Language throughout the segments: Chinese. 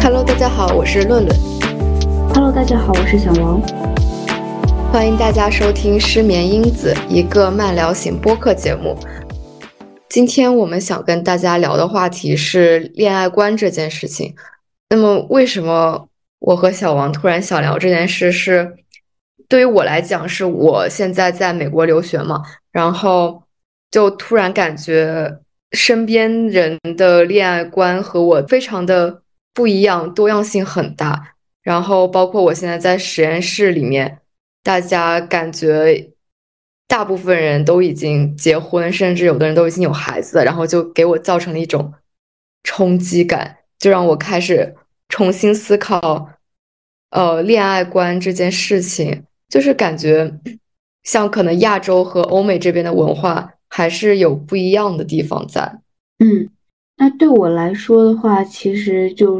Hello，大家好，我是论论， Hello，大家好，我是小王。 欢迎大家收听失眠因子，一个慢聊型播客节目。今天我们想跟大家聊的话题是恋爱观这件事情。那么为什么我和小王突然想聊这件事是，对于我来讲，是我现在在美国留学嘛，然后就突然感觉身边人的恋爱观和我非常的不一样，多样性很大。然后包括我现在在实验室里面，大家感觉大部分人都已经结婚，甚至有的人都已经有孩子了，然后就给我造成了一种冲击感，就让我开始重新思考，恋爱观这件事情，就是感觉像可能亚洲和欧美这边的文化还是有不一样的地方在。 嗯，那对我来说的话，其实就是，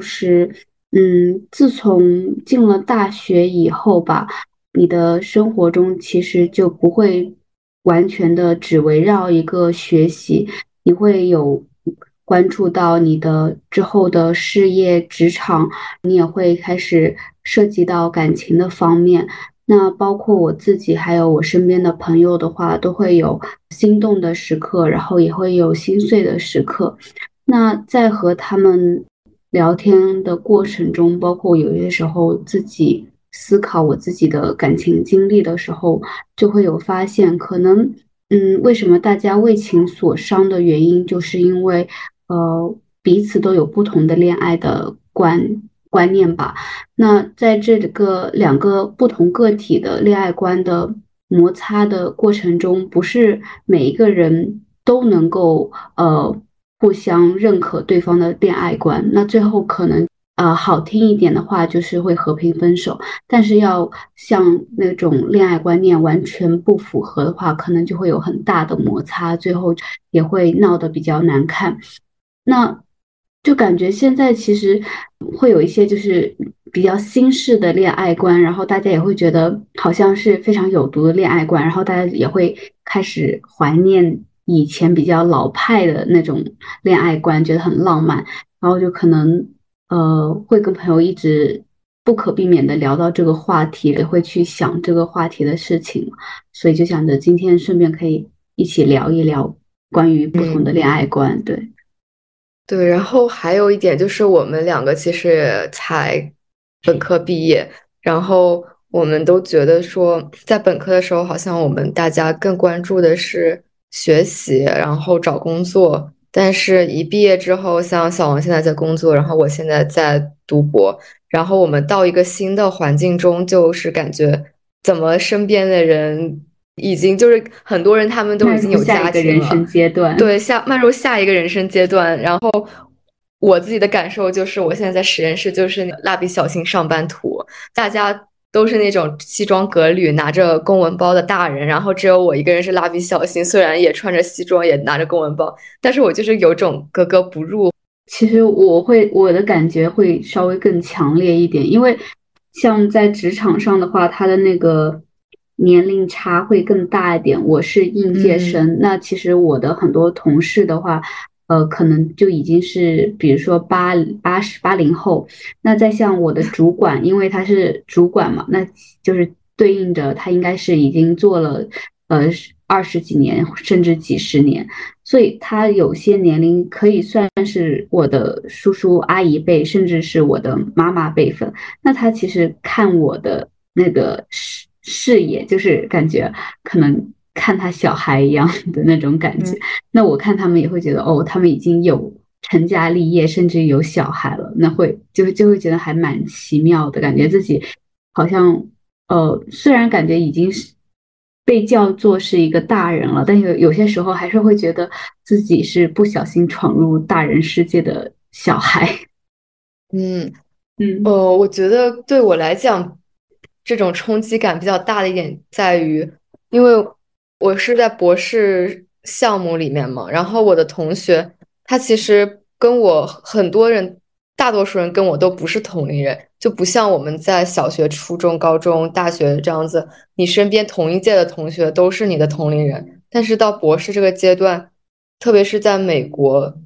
自从进了大学以后吧，你的生活中其实就不会完全的只围绕一个学习，你会有关注到你的之后的事业、职场，你也会开始涉及到感情的方面。那包括我自己，还有我身边的朋友的话，都会有心动的时刻，然后也会有心碎的时刻。那在和他们聊天的过程中，包括有些时候自己思考我自己的感情经历的时候，就会有发现，可能，为什么大家为情所伤的原因，就是因为，彼此都有不同的恋爱的观念吧。那在这个两个不同个体的恋爱观的摩擦的过程中，不是每一个人都能够互相认可对方的恋爱观。那最后可能好听一点的话就是会和平分手，但是要像那种恋爱观念完全不符合的话，可能就会有很大的摩擦，最后也会闹得比较难看。那就感觉现在其实会有一些就是比较新式的恋爱观，然后大家也会觉得好像是非常有毒的恋爱观，然后大家也会开始怀念以前比较老派的那种恋爱观，觉得很浪漫，然后就可能会跟朋友一直不可避免的聊到这个话题，也会去想这个话题的事情，所以就想着今天顺便可以一起聊一聊关于不同嗯。 的恋爱观，对。 对，然后还有一点就是我们两个其实也才本科毕业，然后我们都觉得说，在本科的时候，好像我们大家更关注的是学习，然后找工作。但是，一毕业之后，像小王现在在工作，然后我现在在读博，然后我们到一个新的环境中，就是感觉怎么身边的人已经就是很多人他们都迈入已经有家下一个庭了。 人生阶段。 对，迈入下一个人生阶段。然后我自己的感受就是，我现在在实验室，就是那个蜡笔小新上班图，大家都是那种西装革履、拿着公文包的大人，然后只有我一个人是蜡笔小新，虽然也穿着西装，也拿着公文包，但是我就是有种格格不入。 其实我的感觉会稍微更强烈一点，因为像在职场上的话，他的那个年龄差会更大一点。我是应届嗯生，那其实我的很多同事的话，可能就已经是比如说80后，那再像我的主管，因为他是主管嘛，那就是对应着他应该是已经做了20几年甚至几十年。所以他有些年龄可以算是我的叔叔阿姨辈，甚至是我的妈妈辈分。那他其实看我的那个视野，就是感觉可能看他小孩一样的那种感觉。 嗯。 那我看他们也会觉得，哦，他们已经有成家立业，甚至有小孩了，那就会觉得还蛮奇妙的，感觉自己好像虽然感觉已经是被叫做是一个大人了，但有些时候还是会觉得自己是不小心闯入大人世界的小孩。 嗯， 嗯我觉得对我来讲，这种冲击感比较大的一点在于，因为我是在博士项目里面嘛，然后我的同学他其实跟我很多人，大多数人跟我都不是同龄人，就不像我们在小学、初中、高中、大学这样子，你身边同一届的同学都是你的同龄人，但是到博士这个阶段，特别是在美国。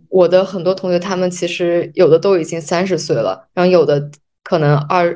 我的很多同学，他们其实有的都已经30岁了，然后有的可能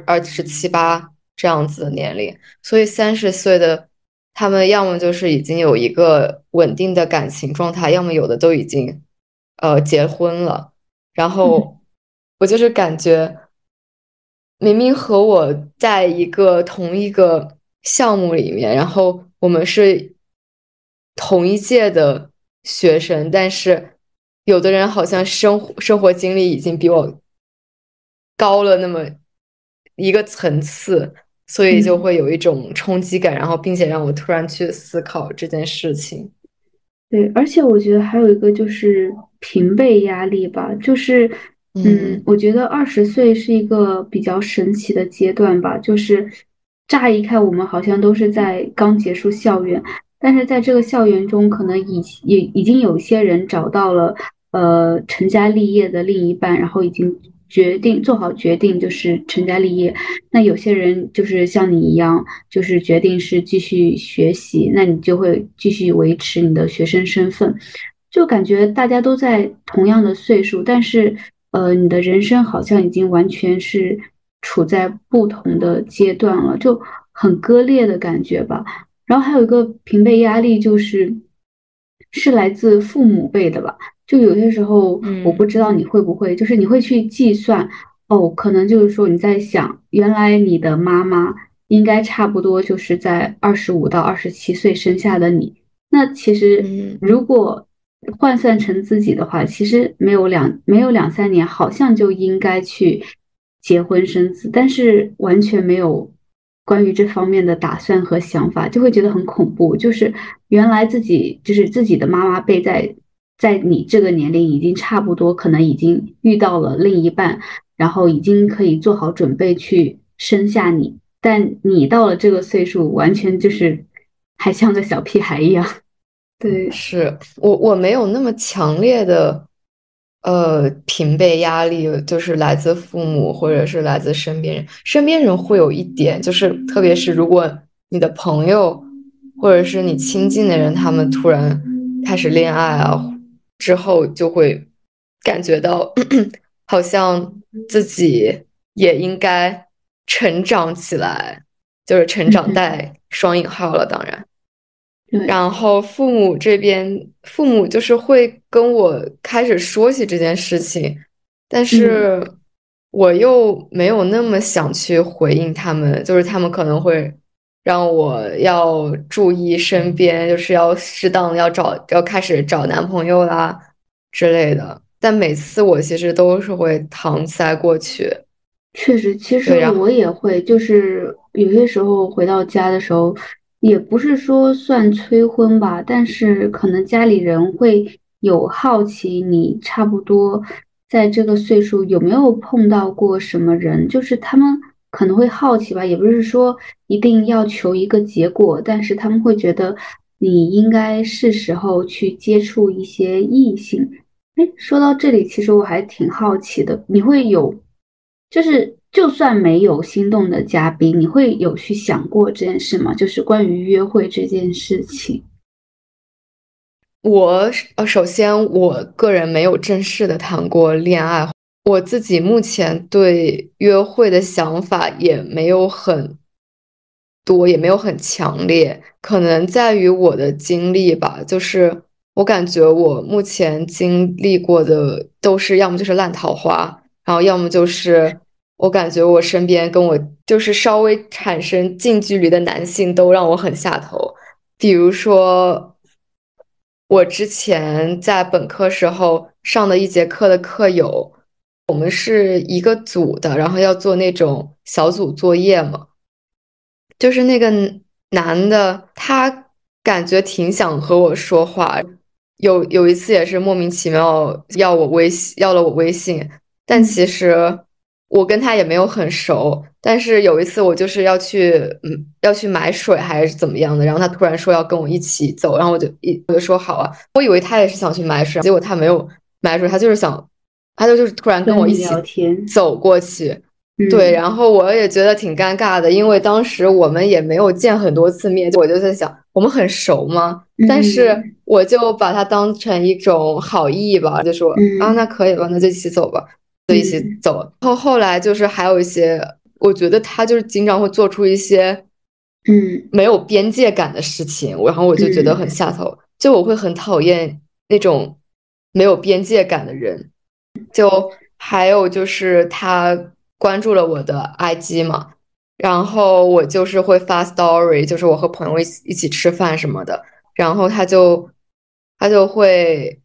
27、28这样子的年龄，所以30岁的他们要么就是已经有一个稳定的感情状态，要么有的都已经结婚了。然嗯， 后我就是感觉，明明和我在同一个项目里面，然后我们是同一届的学生，但是有的人好像生活经历已经比我高了那么一个层次，所以就嗯。 会有一种冲击感，然后并且让我突然去思考这件事情。 对，而且我觉得还有一个就是平辈压力吧，就是， 嗯我觉得20岁是一个比较神奇的阶段吧，就是乍一看我们好像都是在刚结束校园，但是在这个校园中，可能已经有些人找到了成家立业的另一半，然后已经做好决定，就是成家立业。那有些人就是像你一样，就是决定是继续学习，那你就会继续维持你的学生身份，就感觉大家都在同样的岁数，但是你的人生好像已经完全是处在不同的阶段了，就很割裂的感觉吧。然后还有一个平辈压力，是来自父母辈的吧。就有些时候，我不嗯知道你会不会，就是你会去计算，哦，可能就是说你在想，原来你的妈妈应该差不多就是在25到27岁生下的你。那其实嗯， 如果换算成自己的话，其实没有两三年，好像就应该去结婚生子，但是完全没有关于这方面的打算和想法，就会觉得很恐怖。就是原来自己的妈妈辈在你这个年龄已经差不多，可能已经遇到了另一半，然后已经可以做好准备去生下你，但你到了这个岁数，完全就是还像个小屁孩一样。对， 是我没有那么强烈的平辈压力，就是来自父母或者是来自身边人。身边人会有一点，就是特别是如果你的朋友或者是你亲近的人，他们突然开始恋爱啊，之后就会感觉到好像自己也应该成长起来，就是成长嗯， 带双引号了，当然。 对， 然后父母这边，父母就是会跟我开始说起这件事情，但嗯。 是我又没有那么想去回应他们，就是他们可能会让我要注意身边，就是要适当的要开始找男朋友啦之类的，但每次我其实都是会搪塞过去。 确实，其实对，然我后也会，就是有些时候回到家的时候，也不是说算催婚吧，但是可能家里人会有好奇你差不多在这个岁数有没有碰到过什么人，就是他们可能会好奇吧，也不是说一定要求一个结果，但是他们会觉得你应该是时候去接触一些异性。哎，说到这里，其实我还挺好奇的，你会有，就是就算没有心动的嘉宾，你会有去想过这件事吗？就是关于约会这件事情。 首先我个人没有正式的谈过恋爱，我自己目前对约会的想法也没有很多，也没有很强烈，可能在于我的经历吧。就是我感觉我目前经历过的都是要么就是烂桃花，然后要么就是我感觉我身边跟我就是稍微产生近距离的男性都让我很下头。比如说，我之前在本科时候上的一节课的课友，我们是一个组的，然后要做那种小组作业嘛。就是那个男的，他感觉挺想和我说话，有一次也是莫名其妙要了我微信，但其嗯实我跟他也没有很熟。但是有一次我就是要去买水还是怎么样的，然后他突然说要跟我一起走，然后我就说好啊，我以为他也是想去买水，结果他没有买水，他就是突然跟和你我一起聊天。 走过去。对， 嗯然后我也觉得挺尴尬的，因为当时我们也没有见很多次面，我就在想，我们很熟吗？但是嗯我就把它当成一种好意吧，就说啊，那可以吧，那就一起走吧，就一起走。后来就是还有一些，我觉得他就是经常会做出一些没有边界感的事情，然后我就觉得很下头，就我会很讨厌那种没有边界感的人。就还有就是他关注了我的 IG 嘛，然后我就是会发 story，就是我和朋友一起吃饭什么的，然后他就会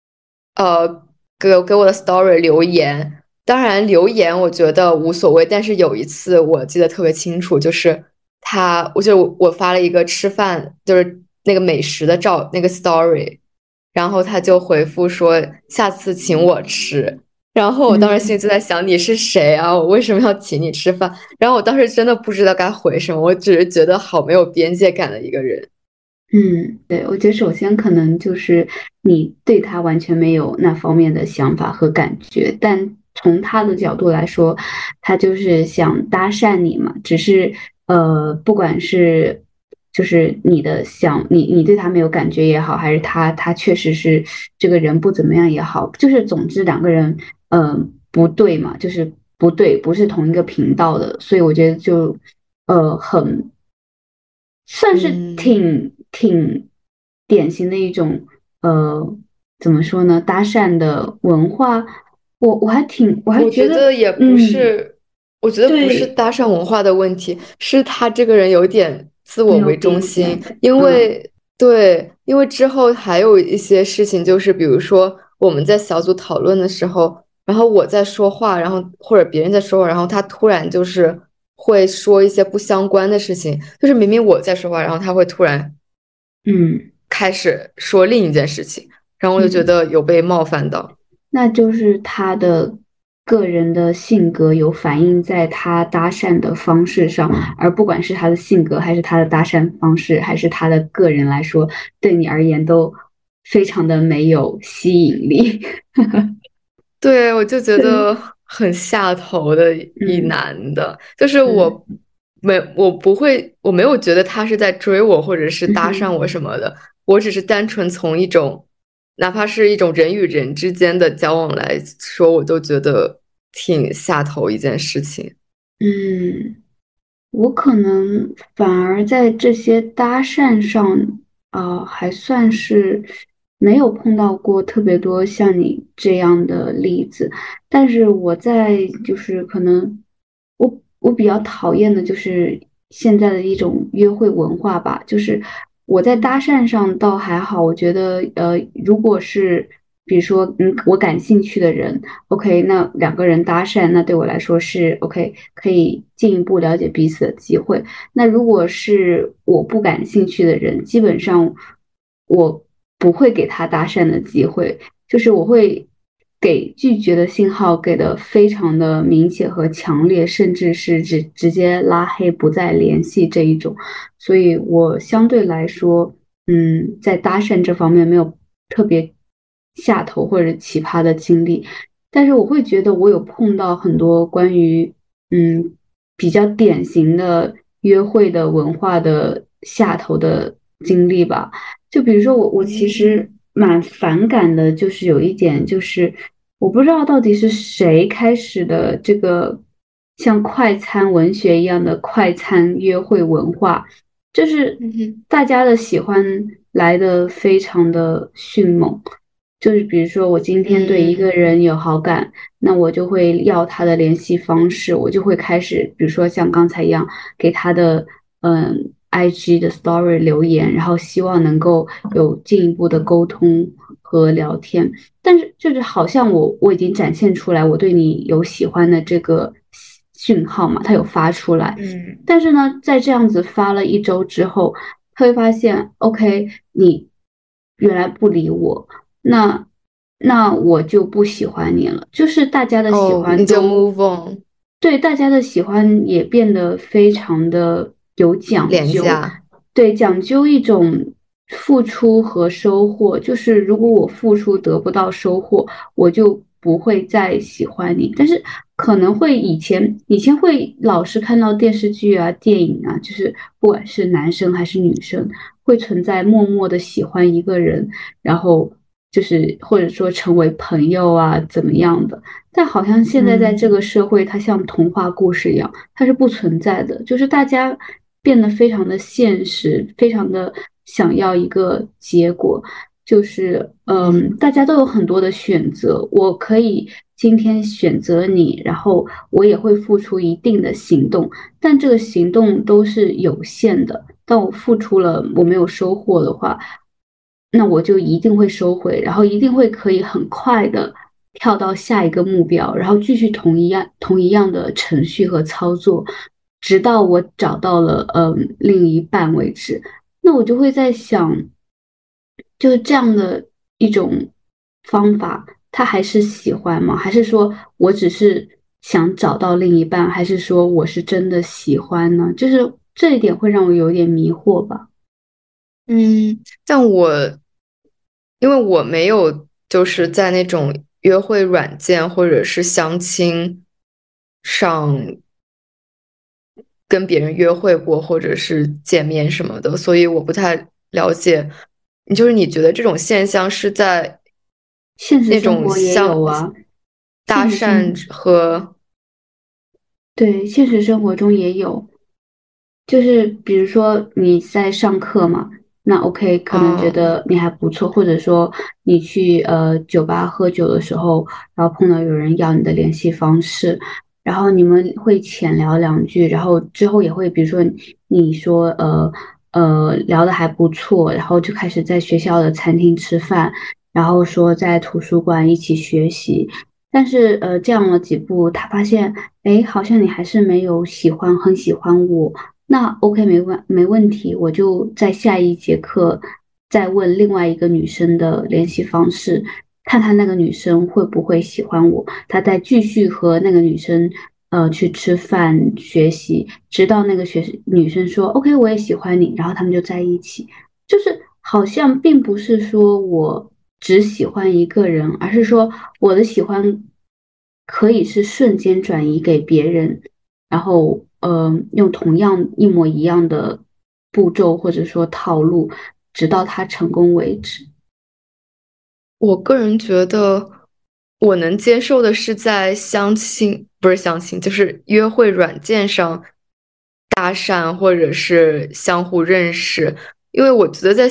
给我的 story 留言。当然留言我觉得无所谓，但是有一次我记得特别清楚，就是我发了一个吃饭，就是那个美食的那个 story，然后他就回复说下次请我吃。然后我当时心里就在想，你是谁啊？我为什么要请你吃饭？然后我当时真的不知道该回什么，我只是觉得好没有边界感的一个人。 对，我觉得首先可能就是你对他完全没有那方面的想法和感觉，但从他的角度来说，他就是想搭讪你嘛，只是不管是就是你对他没有感觉也好，还是他确实是这个人不怎么样也好，就是总之两个人不对嘛，就是不对，不是同一个频道的，所以我觉得就很。算是挺典型的一种怎么说呢，搭讪的文化。我还我觉得， 觉得也不是，我觉得不是对， 搭讪文化的问题，是他这个人有点自没有我为中心。 边界， 因为对，因为之后还有一些事情，就是比如说我们在小组讨论的时候，然后我在说话，然后或者别人在说话，然后他突然就是会说一些不相关的事情，就是明明我在说话，然后他会突然嗯开始说另一件事情，然后我就觉嗯。 得有被冒犯到。 那就是他的个人的性格有反映在他搭讪的方式上，而不管是他的性格，还是他的搭讪方式，还是他的个人来说，对你而言都非常的没有吸引力。 对，我就觉对， 得很下头的一嗯男的，就是嗯我不会，我没有觉得他是在追我或者是嗯哼。 搭讪我什么的，我只是单纯从一种，哪怕是一种人与人之间的交往来说，我都觉得挺下头一件事情。 嗯，我可能反而在这些搭讪上还算是没有碰到过特别多像你这样的例子，但是我在就是可能我比较讨厌的就是现在的一种约会文化吧，就是我在搭讪上倒还好，我觉得如果是比如说我感兴趣的人。OK，那两个人搭讪，那对我来说是 OK，可以进一步了解彼此的机会。那如果是我不感兴趣的人，基本上我不会给他搭讪的机会，就是我会给拒绝的信号给的非常的明显和强烈，甚至是直接拉黑不再联系这一种。所以我相对来说，在搭讪这方面没有特别下头或者奇葩的经历。但是我会觉得我有碰到很多关于比较典型的约会的文化的下头的经历吧。就比如说我其嗯实蛮反感的，就是有一点就是我不知道到底是谁开始的这个像快餐文学一样的快餐约会文化，就是嗯哼大家的喜欢来的非常的迅猛。就是比如说，我今天对一个嗯人有好感，那我就会要他的联系方式，我就会开始，比如说像刚才一样，给他的IG 的 Story 留言，然后希望能够有进一步的沟通和聊天。但是就是好像我已经展现出来我对你有喜欢的这个讯号嘛，他有发出来， 嗯但是呢，在这样子发了1周之后，他会发现，OK，你原来不理我。那我就不喜欢你了。就是大家的喜哦，你就欢都 move on， 对大家的喜欢也变得非常的有讲究， 廉价。 对，讲究一种付出和收获。就是如果我付出得不到收获，我就不会再喜欢你，但是可能会以前会老是看到电视剧啊、电影啊，就是不管是男生还是女生，会存在默默的喜欢一个人，然后就是或者说成为朋友啊怎么样的。但好像现在在这嗯。 个社会，它像童话故事一样，它是不存在的。就是大家变得非常的现实，非常的想要一个结果。就是大家都有很多的选择，我可以今天选择你，然后我也会付出一定的行动，但这个行动都是有限的。当我付出了，我没有收获的话，那我就一定会收回，然后一定会可以很快的跳到下一个目标，然后继续同一样的程序和操作，直到我找到了另一半为止。那我就会在想，就是这样的一种方法，他还是喜欢吗？还是说我只是想找到另一半？还是说我是真的喜欢呢？就是这一点会让我有点迷惑吧。 但因为我没有就是在那种约会软件或者是相亲上跟别人约会过，或者是见面什么的，所以我不太了解。你觉得这种现象是在现实那种生活也有啊，现搭实生讪和对，现实生活中也有。就是比如说你在上课嘛，那 OK，可能觉啊？ 得你还不错，或者说你去酒吧喝酒的时候，然后碰到有人要你的联系方式，然后你们会浅聊两句，然后之后也会比如说你说聊的还不错，然后就开始在学校的餐厅吃饭，然后说在图书馆一起学习。但是这样了几步，他发现，哎，好像你还是没有很喜欢我，那 OK，没问题，我就在下一节课再问另外一个女生的联系方式，看看那个女生会不会喜欢我，他再继续和那个女生去吃饭学习，直到那个女生说 OK，我也喜欢你，然后他们就在一起。就是好像并不是说我只喜欢一个人，而是说我的喜欢可以是瞬间转移给别人。然后用同样一模一样的步骤或者说套路，直到他成功为止。 我个人觉得，我能接受的是在不是相亲，就是约会软件上搭讪，或者是相互认识。因为我觉得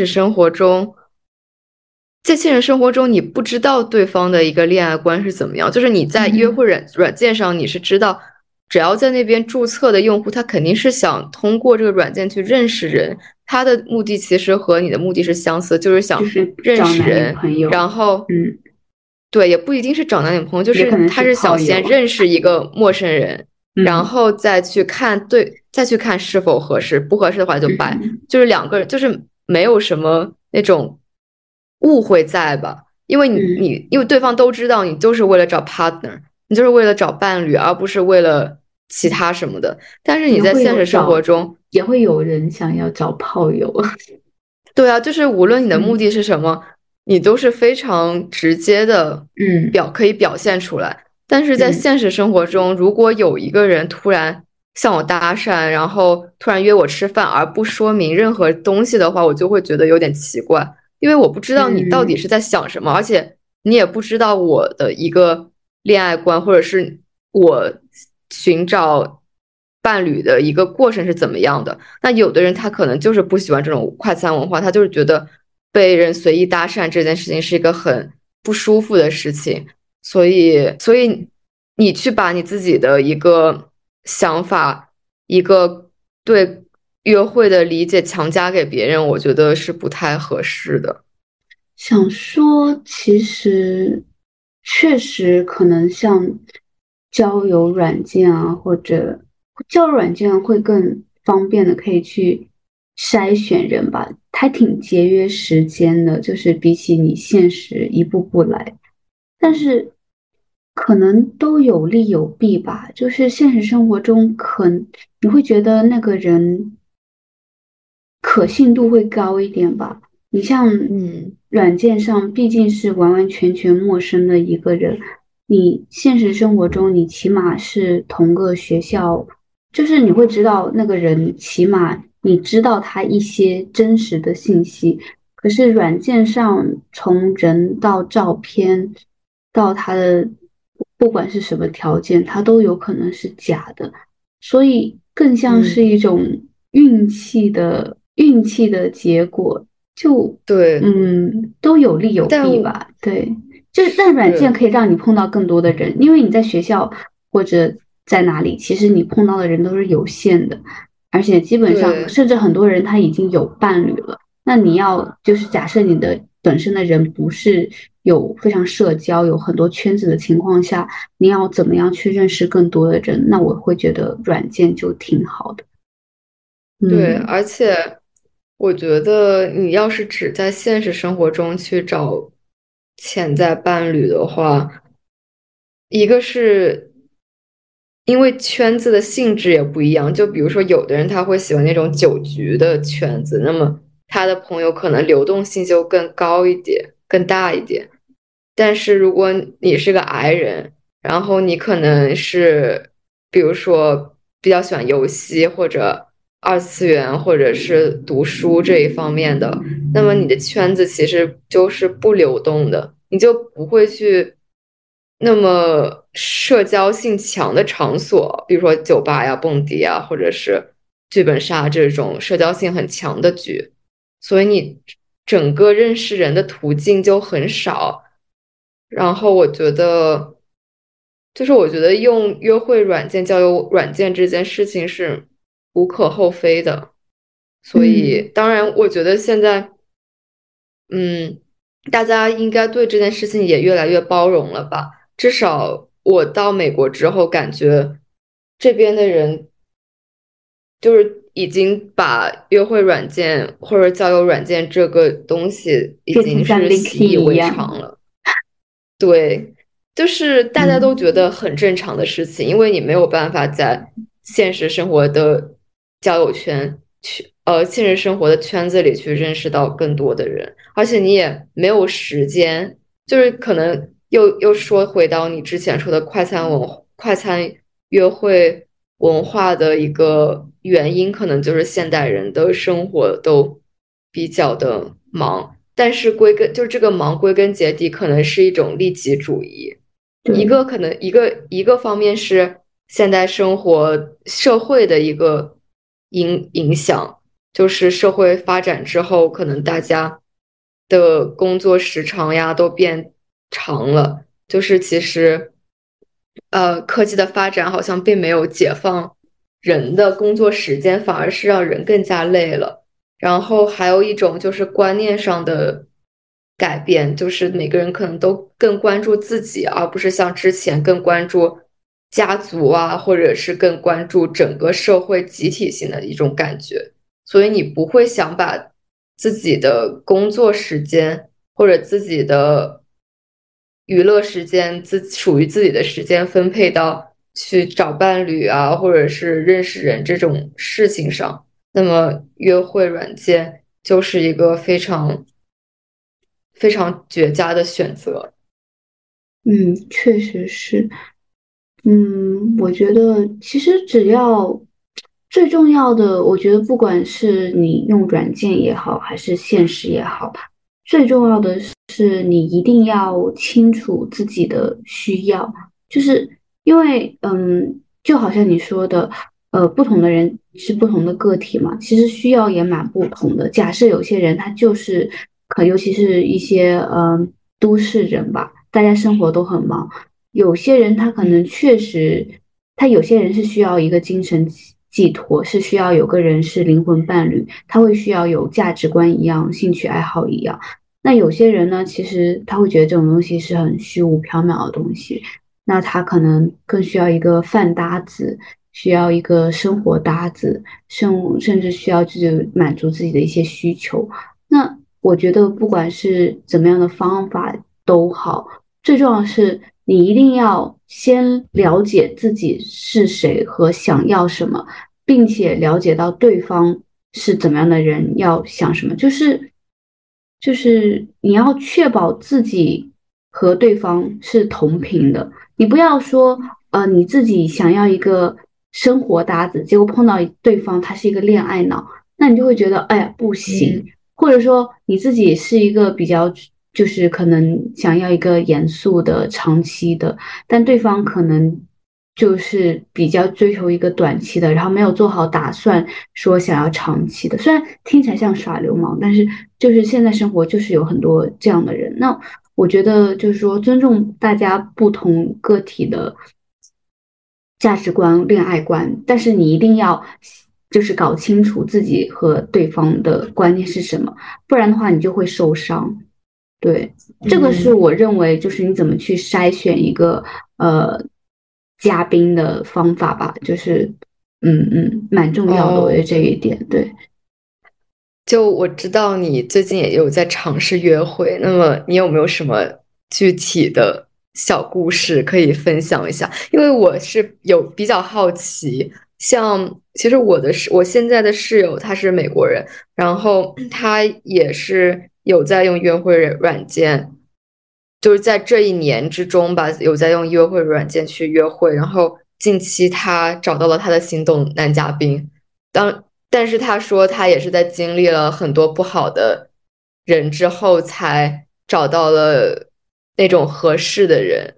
在现实生活中，你不知道对方的一个恋爱观是怎么样。就是你在约会嗯哼， 软件上，你是知道，只要在那边注册的用户，他肯定是想通过这个软件去认识人，他的目的其实和你的目的是相似，就是想就是认找男女识人。 朋友， 然后， 嗯， 对，也不一定是找男女朋友，就是也可能是他是想炮友， 先认识一个陌生人，然嗯后再去看是否合适，不合适的话就掰。 嗯就是两个人，就是没有什么那种误会在吧？因为嗯， 因为对方都知道你就是为了找 partner，你就是为了找伴侣，而不是为了其他什么的。但是你也会在现实生活有找， 中， 也会有人想要找炮友， 对啊，就是无论你的目嗯的是什么，你都是非常直接的嗯可以表现出来。但是在嗯现实生活中，如果有一个人突然向我搭讪，然后突然约我吃饭，而不说明任何东西的话，我就会觉得有点奇怪，因为我不知道你到底嗯是在想什么，而且你也不知道我的一个恋爱观，或者是我寻找伴侣的一个过程是怎么样的。那有的人他可能就是不喜欢这种快餐文化，他就是觉得被人随意搭讪这件事情是一个很不舒服的事情，所以你去把你自己的一个想法，一个对约会的理解强加给别人，我觉得是不太合适的。 想说，其实确实可能像交友软件啊，或者交友软件会更方便的可以去筛选人吧，还挺节约时间的，就是比起你现实一步步来。但是可能都有利有弊吧。就是现实生活中，你会觉得那个人可信度会高一点吧。 你像嗯软件上毕竟是完完全全陌生的一个人，你现实生活中你起码是同个学校，就是你会知道那个人，起码你知道他一些真实的信息。可是软件上从人到照片到他的不管是什么条件，它都有可能是假的。所以更像是嗯， 一种运气的结果，就对， 都有利有弊但吧。对，就是但软件是， 可以让你碰到更多的人，因为你在学校或者在哪里，其实你碰到的人都是有限的，而且基本上对。 甚至很多人他已经有伴侣了。那你要就是假设你的本身的人不是有非常社交、有很多圈子的情况下，你要怎么样去认识更多的人？那我会觉得软件就挺好的。 对， 嗯而且我觉得你要是只在现实生活中去找潜在伴侣的话，一个是因为圈子的性质也不一样，就比如说有的人他会喜欢那种酒局的圈子，那么他的朋友可能流动性就更高一点、更大一点。但是如果你是个 I 人，然后你可能是，比如说比较喜欢游戏或者二次元或者是读书这一方面的，那么你的圈子其实就是不流动的，你就不会去那么社交性强的场所，比如说酒吧呀、蹦迪啊，或者是剧本杀这种社交性很强的局，所以你整个认识人的途径就很少。然后我觉得，就是我觉得用约会软件、交友软件这件事情是无可厚非的。所嗯以，当然，我觉得现在，嗯，大家应该对这件事情也越来越包容了吧？至少我到美国之后，感觉这边的人就是已经把约会软件或者交友软件这个东西已变成像经是习 LinkedIn 以为一样。 常了。对，就是大家都嗯觉得很正常的事情，因为你没有办法在现实生活的交友圈去，现实生活的圈子里去认识到更多的人，而且你也没有时间，就是可能又说回到你之前说的快餐约会文化的一个原因，可能就是现代人的生活都比较的忙。但是就是这个忙归根结底可能是一种利己主义，一对， 个可能一个方面是现代生活社会的一个影响，就是社会发展之后，可能大家的工作时长呀都变长了，就是其实科技的发展好像并没有解放人的工作时间，反而是让人更加累了。然后还有一种就是观念上的改变，就是每个人可能都更关注自己，而不是像之前更关注家族啊，或者是更关注整个社会集体性的一种感觉。所以你不会想把自己的工作时间或者自己的娱乐时间、属于自己的时间分配到去找伴侣啊，或者是认识人这种事情上。那么约会软件就是一个非常非常绝佳的选择。 嗯，确实是。我觉得其实只要最重要的，我觉得不管是你用软件也好，还是现实也好，最重要的是你一定要清楚自己的需要，就是因为就好像你说的，不同的人是不同的个体嘛，其实需要也蛮不同的。假设有些人他就是尤其是一些都市人吧，大家生活都很忙。有些人他可能嗯确实，他有些人是需要一个精神寄托，是需要有个人是灵魂伴侣，他会需要有价值观一样、兴趣爱好一样。那有些人呢，其实他会觉得这种东西是很虚无缥缈的东西，那他可能更需要一个饭搭子，需要一个生活搭子，甚至需要去满足自己的一些需求。那我觉得不管是怎么样的方法都好。最重要的是，你一定要先了解自己是谁和想要什么，并且了解到对方是怎么样的人，要想什么。就是就是你要确保自己和对方是同频的，你不要说你自己想要一个生活搭子，结果碰到对方他是一个恋爱脑，那你就会觉得哎呀不行， 嗯或者说你自己是一个比较就是可能想要一个严肃的长期的，但对方可能就是比较追求一个短期的，然后没有做好打算说想要长期的。虽然听起来像耍流氓，但是就是现在生活就是有很多这样的人。那我觉得就是说尊重大家不同个体的价值观、恋爱观，但是你一定要就是搞清楚自己和对方的观念是什么，不然的话你就会受伤。对，这个是嗯。 我认为就是你怎么去筛选一个呃嘉宾的方法吧，就是蛮重要的，我觉得哦， 这一点对。 就我知道你最近也有在尝试约会，那么你有没有什么具体的小故事可以分享一下？因为我是有比较好奇，像其实我现在的室友他是美国人，然后他也是有在用约会软件，就是在这一年之中吧，有在用约会软件去约会，然后近期他找到了他的心动男嘉宾。但是他说他也是在经历了很多不好的人之后，才找到了那种合适的人，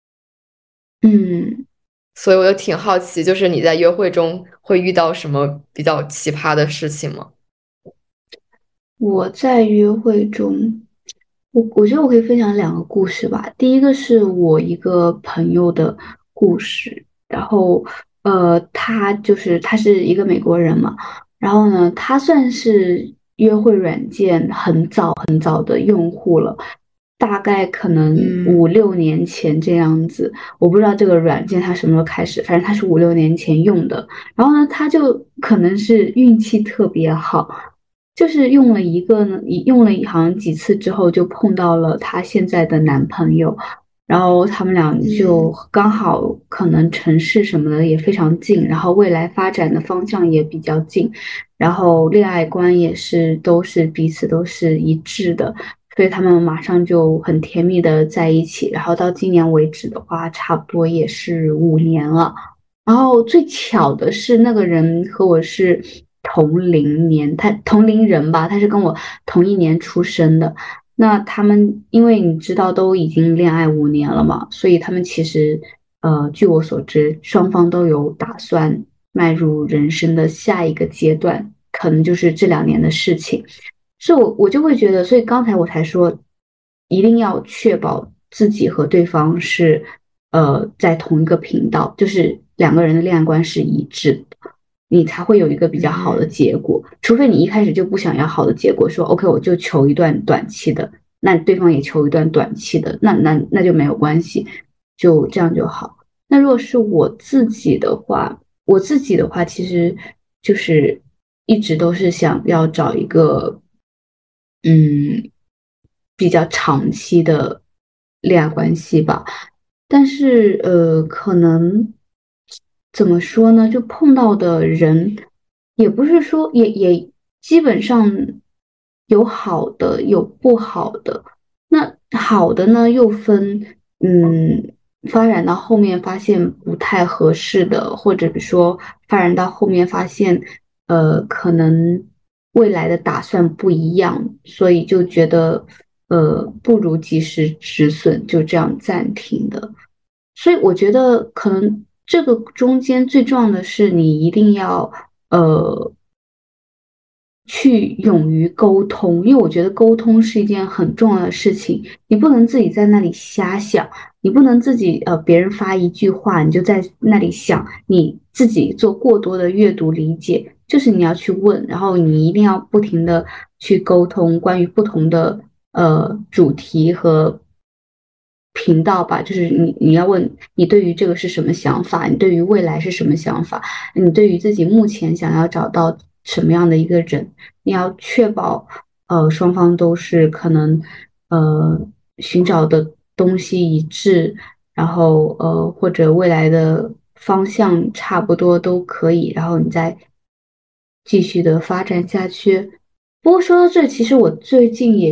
嗯， 所以我就挺好奇，就是你在约会中会遇到什么比较奇葩的事情吗？ 我在约会中，我觉得我可以分享两个故事吧。第一个是我一个朋友的故事，然后他是一个美国人嘛，然后呢，他算是约会软件很早的用户了，大概可能嗯 5、6年前这样子。我不知道这个软件他什么时候开始，反正他是5、6年前用的。然后呢，他就可能是运气特别好。就是用了一个呢，用了好像几次之后，就碰到了她现在的男朋友，然后他们俩就嗯刚好可能城市什么的也非常近，然后未来发展的方向也比较近，然后恋爱观也是都是彼此都是一致的，所以他们马上就很甜蜜的在一起，然后到今年为止的话，差不多也是5年了。然后最巧的是，那个人和我是同龄年，他同龄人吧，他是跟我同一年出生的。那他们因为你知道都已经恋爱5年了嘛，所以他们其实据我所知，双方都有打算迈入人生的下一个阶段，可能就是这2年的事情。所以我就会觉得，所以刚才我才说，一定要确保自己和对方是在同一个频道，就是两个人的恋爱观是一致的，你才会有一个比较好的嗯结果。除非你一开始就不想要好的结果，说 OK 我就求一段短期的，那对方也求一段短期的，那就没有关系，就这样就好。那如果是我自己的话，其实就是一直都是想要找一个嗯比较长期的恋爱关系吧。但是可能怎么说呢？就碰到的人，也不是说也基本上有好的有不好的。那好的呢，又分发展到后面发现不太合适的，或者说发展到后面发现可能未来的打算不一样，所以就觉得不如及时止损，就这样暂停的。所以我觉得可能这个中间最重要的是你一定要呃去勇于沟通，因为我觉得沟通是一件很重要的事情，你不能自己在那里瞎想，你不能自己别人发一句话你就在那里想，你自己做过多的阅读理解，就是你要去问，然后你一定要不停的去沟通关于不同的主题和频道吧，就是你要问你对于这个是什么想法，你对于未来是什么想法，你对于自己目前想要找到什么样的一个人，你要确保双方都是可能呃寻找的东西一致，然后或者未来的方向差不多都可以，然后你再继续的发展下去。不过说到这，其实我最近也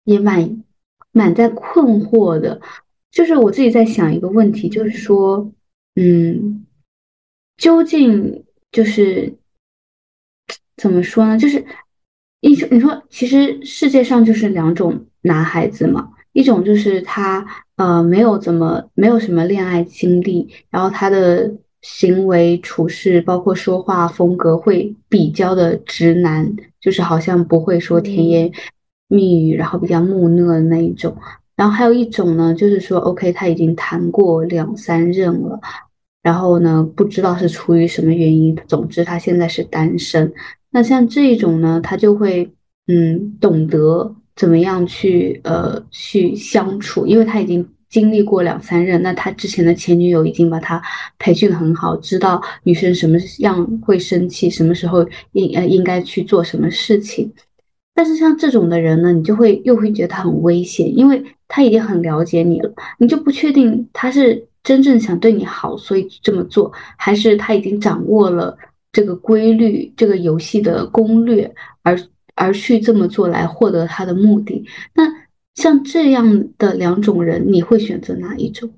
也蛮在困惑的。就是我自己在想一个问题，就是说，嗯，究竟就是怎么说呢？就是你说，其实世界上就是两种男孩子嘛，一种就是他没有什么恋爱经历，然后他的行为处事，包括说话风格会比较的直男，就是好像不会说甜言嗯蜜语，然后比较木讷的那一种。然后还有一种呢，就是说，OK，他已经谈过两三任了，然后呢，不知道是出于什么原因，总之他现在是单身。那像这一种呢，他就会懂得怎么样去相处，因为他已经经历过两三任，那他之前的前女友已经把他培训得很好，知道女生什么样会生气，什么时候应该去做什么事情。但是像这种的人呢，你就会又会觉得他很危险，因为他已经很了解你了，你就不确定他是真正想对你好，所以这么做，还是他已经掌握了这个规律、这个游戏的攻略，而而去这么做来获得他的目的。那像这样的两种人，你会选择哪一种？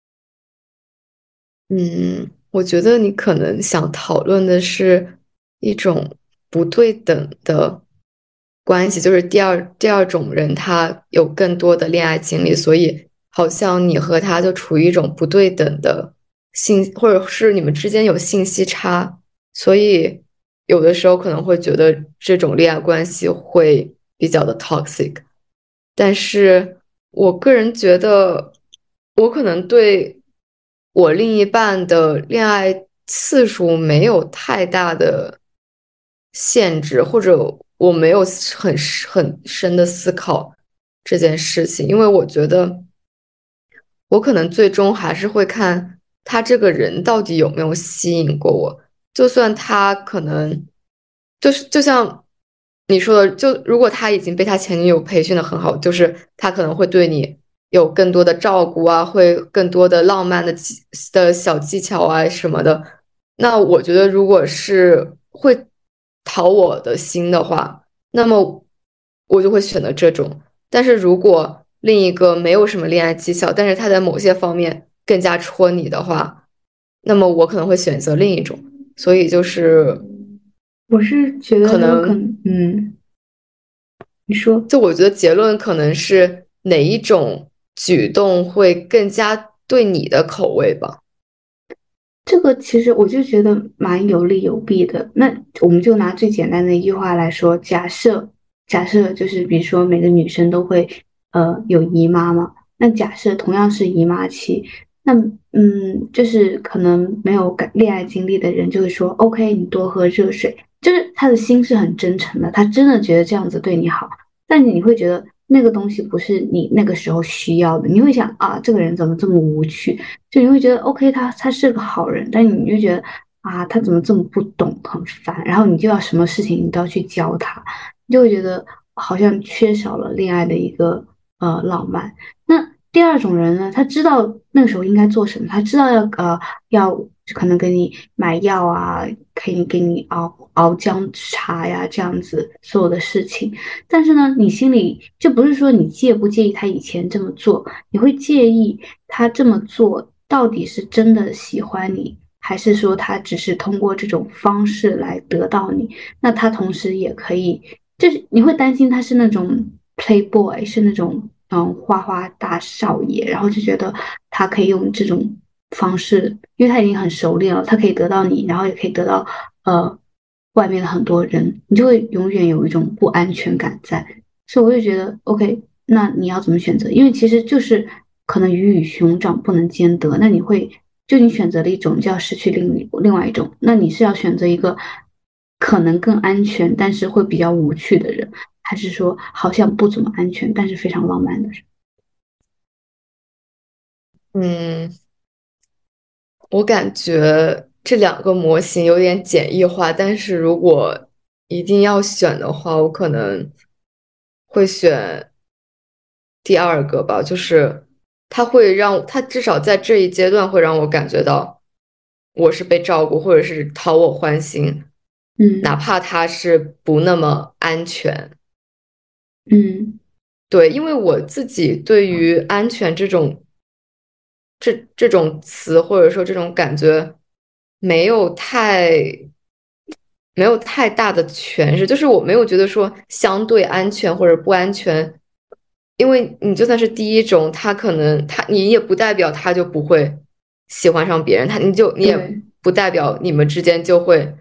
嗯，我觉得你可能想讨论的是一种不对等的关系，就是第二种人他有更多的恋爱经历，所以好像你和他就处于一种不对等的或者是你们之间有信息差，所以有的时候可能会觉得这种恋爱关系会比较的 toxic。但是我个人觉得，我可能对我另一半的恋爱次数没有太大的限制，或者我没有很深的思考这件事情，因为我觉得我可能最终还是会看他这个人到底有没有吸引过我，就算他可能就像你说的，就如果他已经被他前女友培训的很好，就是他可能会对你有更多的照顾啊，会更多的浪漫的小技巧啊什么的。那我觉得，如果是会讨我的心的话，那么我就会选择这种。但是如果另一个没有什么恋爱技巧，但是他在某些方面更加戳你的话，那么我可能会选择另一种。所以就是我是觉得可他有可能， 能，你说。 就我觉得结论可能是哪一种举动会更加对你的口味吧。 这个其实我就觉得蛮有利有弊的。那我们就拿最简单的一句话来说，假设就是比如说每个女生都会有姨妈嘛，那假设同样是姨妈期，那就是可能没有恋爱经历的人就会说，OK，你多喝热水，就是他的心是很真诚的，他真的觉得这样子对你好。但你会觉得那个东西不是你那个时候需要的，你会想啊，这个人怎么这么无趣？就你会觉得 OK，他是个好人，但你就觉得啊，他怎么这么不懂，很烦，然后你就要什么事情你都要去教他，你就会觉得好像缺少了恋爱的一个浪漫。那第二种人呢，他知道那个时候应该做什么，他知道要可能给你买药啊，可以给你熬姜茶呀，这样子所有的事情。但是呢，你心里就不是说你介不介意他以前这么做，你会介意他这么做到底是真的喜欢你，还是说他只是通过这种方式来得到你？那他同时也可以，就是你会担心他是那种 playboy，是那种花花大少爷，然后就觉得他可以用这种方式，因为他已经很熟练了，他可以得到你，然后也可以得到外面的很多人，你就会永远有一种不安全感在。所以我就觉得，OK，那你要怎么选择？因为其实就是可能鱼与熊掌不能兼得，那你选择了一种，就要失去另外一种，那你是要选择一个可能更安全，但是会比较无趣的人，还是说好像不怎么安全，但是非常浪漫的人？ 嗯，我感觉这两个模型有点简易化，但是如果一定要选的话，我可能会选第二个吧，就是他至少在这一阶段会让我感觉到我是被照顾，或者是讨我欢心，哪嗯怕他是不那么安全。 嗯。 对，因为我自己对于安全这种词或者说这种感觉没有太没有太大的诠释，就是我没有觉得说相对安全或者不安全，因为你就算是第一种，他可能你也不代表他就不会喜欢上别人，你也对， 不代表你们之间就会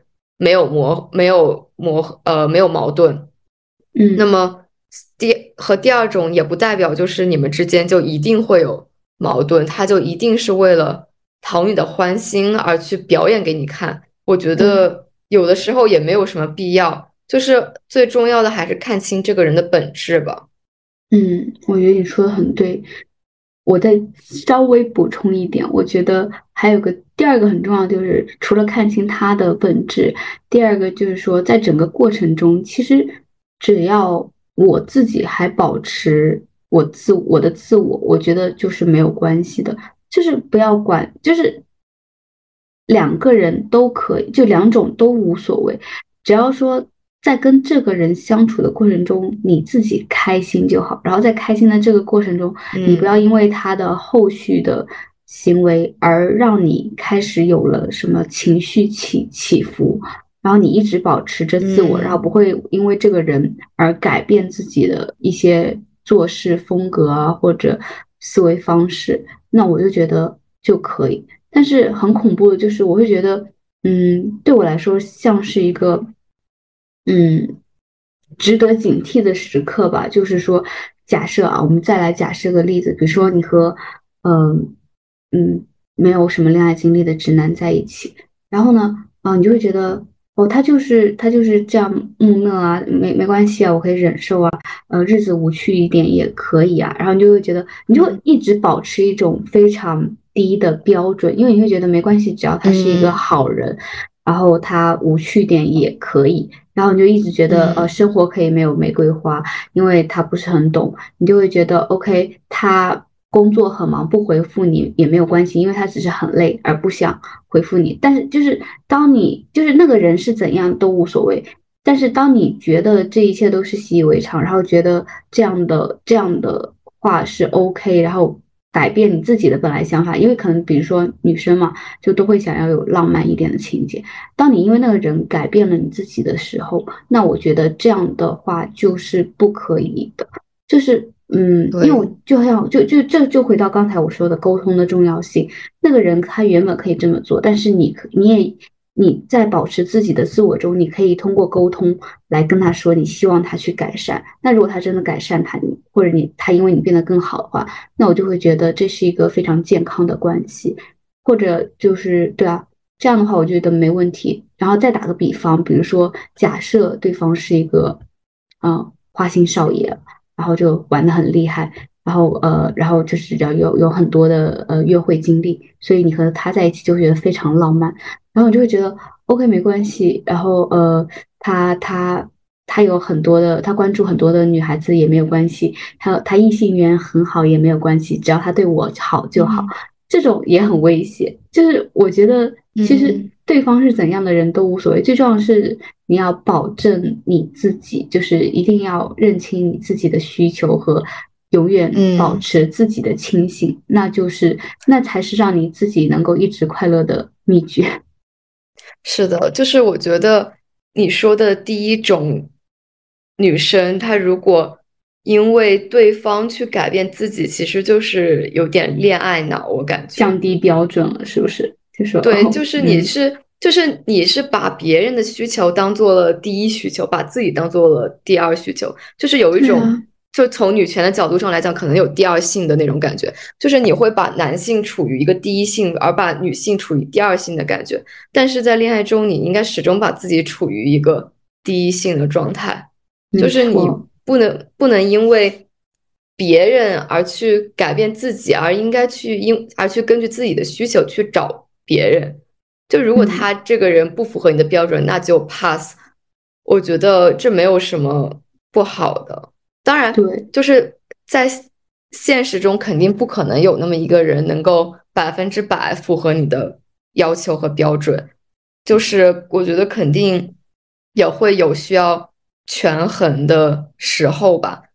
没有矛盾。那嗯么第二种也不代表就是你们之间就一定会有矛盾，他就一定是为了讨你的欢心而去表演给你看。我觉对。 得有的时候也没有什么必要，就是最重要的还是看清这个人的本质吧。 我觉得你说的很对。我再稍微补充一点，我觉得还有第二个很重要，就是除了看清他的本质，第二个就是说，在整个过程中，其实只要我自己还保持我的自我，我觉得就是没有关系的，就是不要管，就是两个人都可以，就两种都无所谓，只要说在跟这个人相处的过程中，你自己开心就好。然后在开心的这个过程中，你不要嗯因为他的后续的行为而让你开始有了什么情绪起伏，然后你一直保持着自我，然后不嗯会因为这个人而改变自己的一些做事风格啊，或者思维方式，那我就觉得就可以。但是很恐怖的就是，我会觉得，对我来说像是一个，嗯，值得警惕的时刻吧。就是说，假设啊，我们再来假设个例子，比如说你和，嗯没有什么恋爱经历的直男在一起，然后呢，你就会觉得，哦，他就是这样木讷啊，没关系啊，我可以忍受啊。日子无趣一点也可以啊，然后你就会觉得，你就会嗯一直保持一种非常低的标准，因为你会觉得没关系，只要他是一个嗯好人，然后他无趣点也可以，然后你就一直觉得， 嗯生活可以没有玫瑰花，因为他不是很懂，你就会觉得，OK，他工作很忙，不回复你也没有关系，因为他只是很累而不想回复你。但是就是当你就是那个人是怎样都无所谓，但是当你觉得这一切都是习以为常，然后觉得这样的话是 OK，然后改变你自己的本来想法，因为可能比如说女生嘛，就都会想要有浪漫一点的情节。当你因为那个人改变了你自己的时候，那我觉得这样的话就是不可以的。就是因为对， 我就像这就回到刚才我说的沟通的重要性。那个人他原本可以这么做，但是你在保持自己的自我中，你可以通过沟通来跟他说你希望他去改善。那如果他真的改善他，或者他因为你变得更好的话，那我就会觉得这是一个非常健康的关系，或者就是对啊，这样的话我觉得没问题。然后再打个比方，比如说假设对方是一个花心少爷，然后就玩的很厉害。然后就是有很多的约会经历，所以你和他在一起就会觉得非常浪漫，然后你就会觉得 OK 没关系，然后他他他有很多的，他关注很多的女孩子也没有关系，还有他异性缘很好也没有关系，只要他对我好就好， 嗯这种也很危险。就是我觉得其实嗯对方是怎样的人都无所谓，最重要的是你要保证你自己，就是一定要认清你自己的需求和永远保嗯。 持自己的清醒，那才是让你自己能够一直快乐的秘诀。 是的，就是我觉得你说的第一种女生，她如果因为对方去改变自己，其实就是有点恋爱脑，我感觉。 降低标准了，是不是？就说对， 哦， 就是你是把别人的需求当做了第一需求，把自己当做了第二需求，就是有一种， 对啊， 就从女权的角度上来讲，可能有第二性的那种感觉，就是你会把男性处于一个第一性，而把女性处于第二性的感觉。但是在恋爱中，你应该始终把自己处于一个第一性的状态，就没是你错， 不能因为别人而去改变自己，而去根据自己的需求去找别人。就如果嗯， 他这个人不符合你的标准，那就 pass。我觉得这没有什么不好的。当然， 对， 就是在现实中肯定不可能有那么一个人能够100%符合你的要求和标准。就是我觉得肯定也会有需要权衡的时候吧。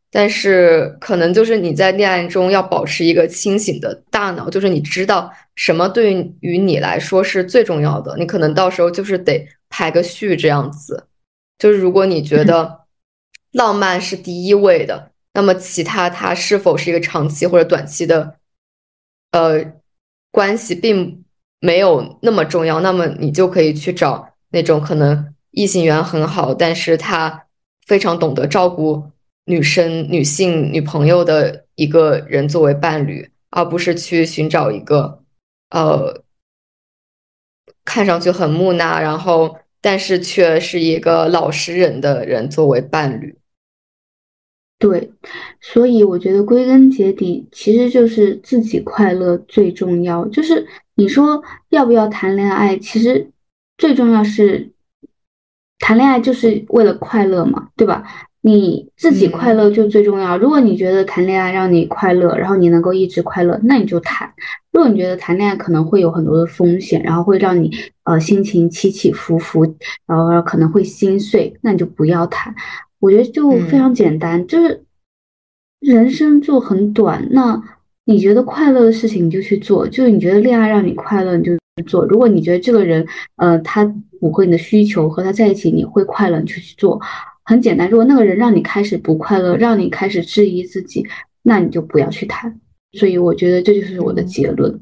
但是可能就是你在恋爱中要保持一个清醒的大脑，就是你知道什么对于你来说是最重要的，你可能到时候就是得排个序这样子。就是如果你觉得浪漫是第一位的，那么其他它是否是一个长期或者短期的关系并没有那么重要，那么你就可以去找那种可能异性缘很好，但是他非常懂得照顾女性女朋友的一个人作为伴侣，而不是去寻找一个呃看上去很木讷，然后但是却是一个老实人的人作为伴侣。 对，所以我觉得归根结底其实就是自己快乐最重要。就是你说要不要谈恋爱，其实最重要是谈恋爱就是为了快乐嘛，对吧？你自己快嗯乐就最重要。如果你觉得谈恋爱让你快乐，然后你能够一直快乐，那你就谈。如果你觉得谈恋爱可能会有很多的风险，然后会让你心情起起伏伏，然后可能会心碎，那你就不要谈。我觉得就非常嗯简单，就是人生就很短，那你觉得快乐的事情你就去做，就是你觉得恋爱让你快乐你就去做。如果你觉得这个人他符合你的需求，和他在一起你会快乐，你就去做。很简单，如果那个人让你开始不快乐，让你开始质疑自己，那你就不要去谈。所以我觉得这就是我的嗯。 结论。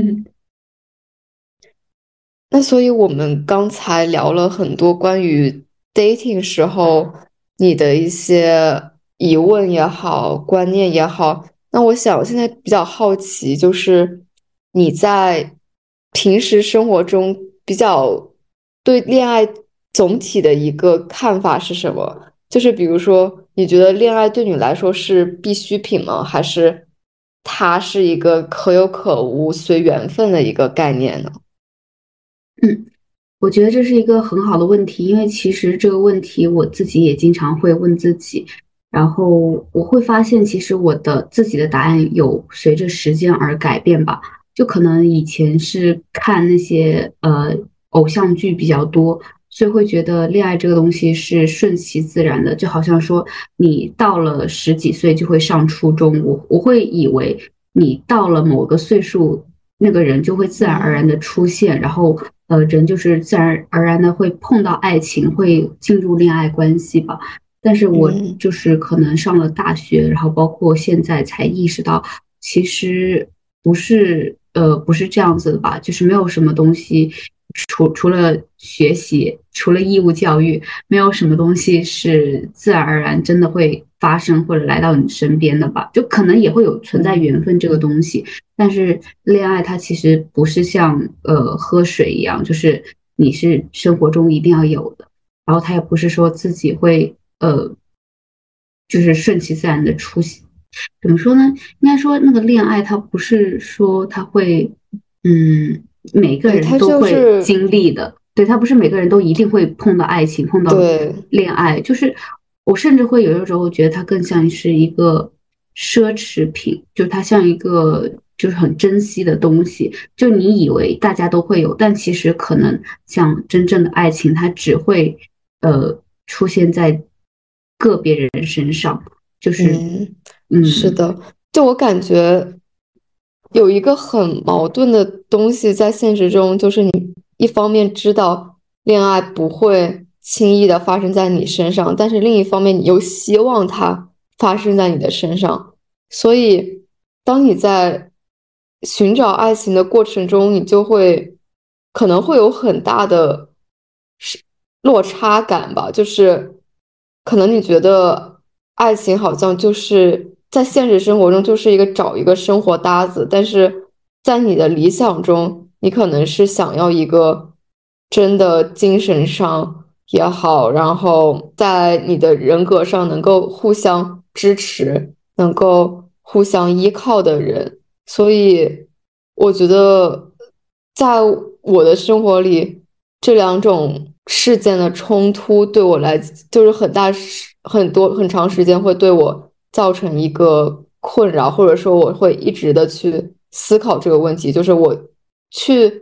那所以我们刚才聊了很多关于 dating 时候你的一些疑问也好，观念也好。那我想现在比较好奇，就是你在平时生活中比较对恋爱总体的一个看法是什么？就是比如说，你觉得恋爱对你来说是必需品吗？还是它是一个可有可无、随缘分的一个概念呢？ 嗯。我觉得这是一个很好的问题，因为其实这个问题我自己也经常会问自己，然后我会发现，其实我的自己的答案有随着时间而改变吧。就可能以前是看那些偶像剧比较多，所以会觉得恋爱这个东西是顺其自然的，就好像说你到了十几岁就会上初中，我会以为你到了某个岁数。那个人就会自然而然嗯的出现，然后人就是自然而然的会碰到爱情，会进入恋爱关系吧。但是我嗯就是可能上了大学，然后包括现在才意识到，其实不是这样子的吧，就是没有什么东西。除了学习，除了义务教育，没有什么东西是自然而然真的会发生或者来到你身边的吧？就可能也会有存在嗯缘分这个东西，但是恋爱它其实不是像喝水一样，就是你是生活中一定要有的，然后它也不是说自己会就是顺其自然的出现。怎么说呢？应该说那个恋爱它不是说它会嗯每个对， 人他就都会是经历的，对，它不是每个人都一定会碰到爱情，碰到对， 恋爱，就是我甚至会有的时候觉得它更像是一个奢侈品，就是它像一个就是很珍惜的东西，就你以为大家都会有，但其实可能像真正的爱情，它只会出现在个别人身上，就是嗯，是嗯的，就我感觉有一个很矛盾的东西在现实中，就是你一方面知道恋爱不会轻易的发生在你身上，但是另一方面你又希望它发生在你的身上，所以当你在寻找爱情的过程中，你就会可能会有很大的是落差感吧，就是可能你觉得爱情好像就是在现实生活中就是一个找一个生活搭子，但是在你的理想中，你可能是想要一个真的精神上也好，然后在你的人格上能够互相支持，能够互相依靠的人。所以我觉得，在我的生活里，这两种事件的冲突对我来就是很多很长时间会对我造成一个困扰，或者说我会一直的去思考这个问题，就是我去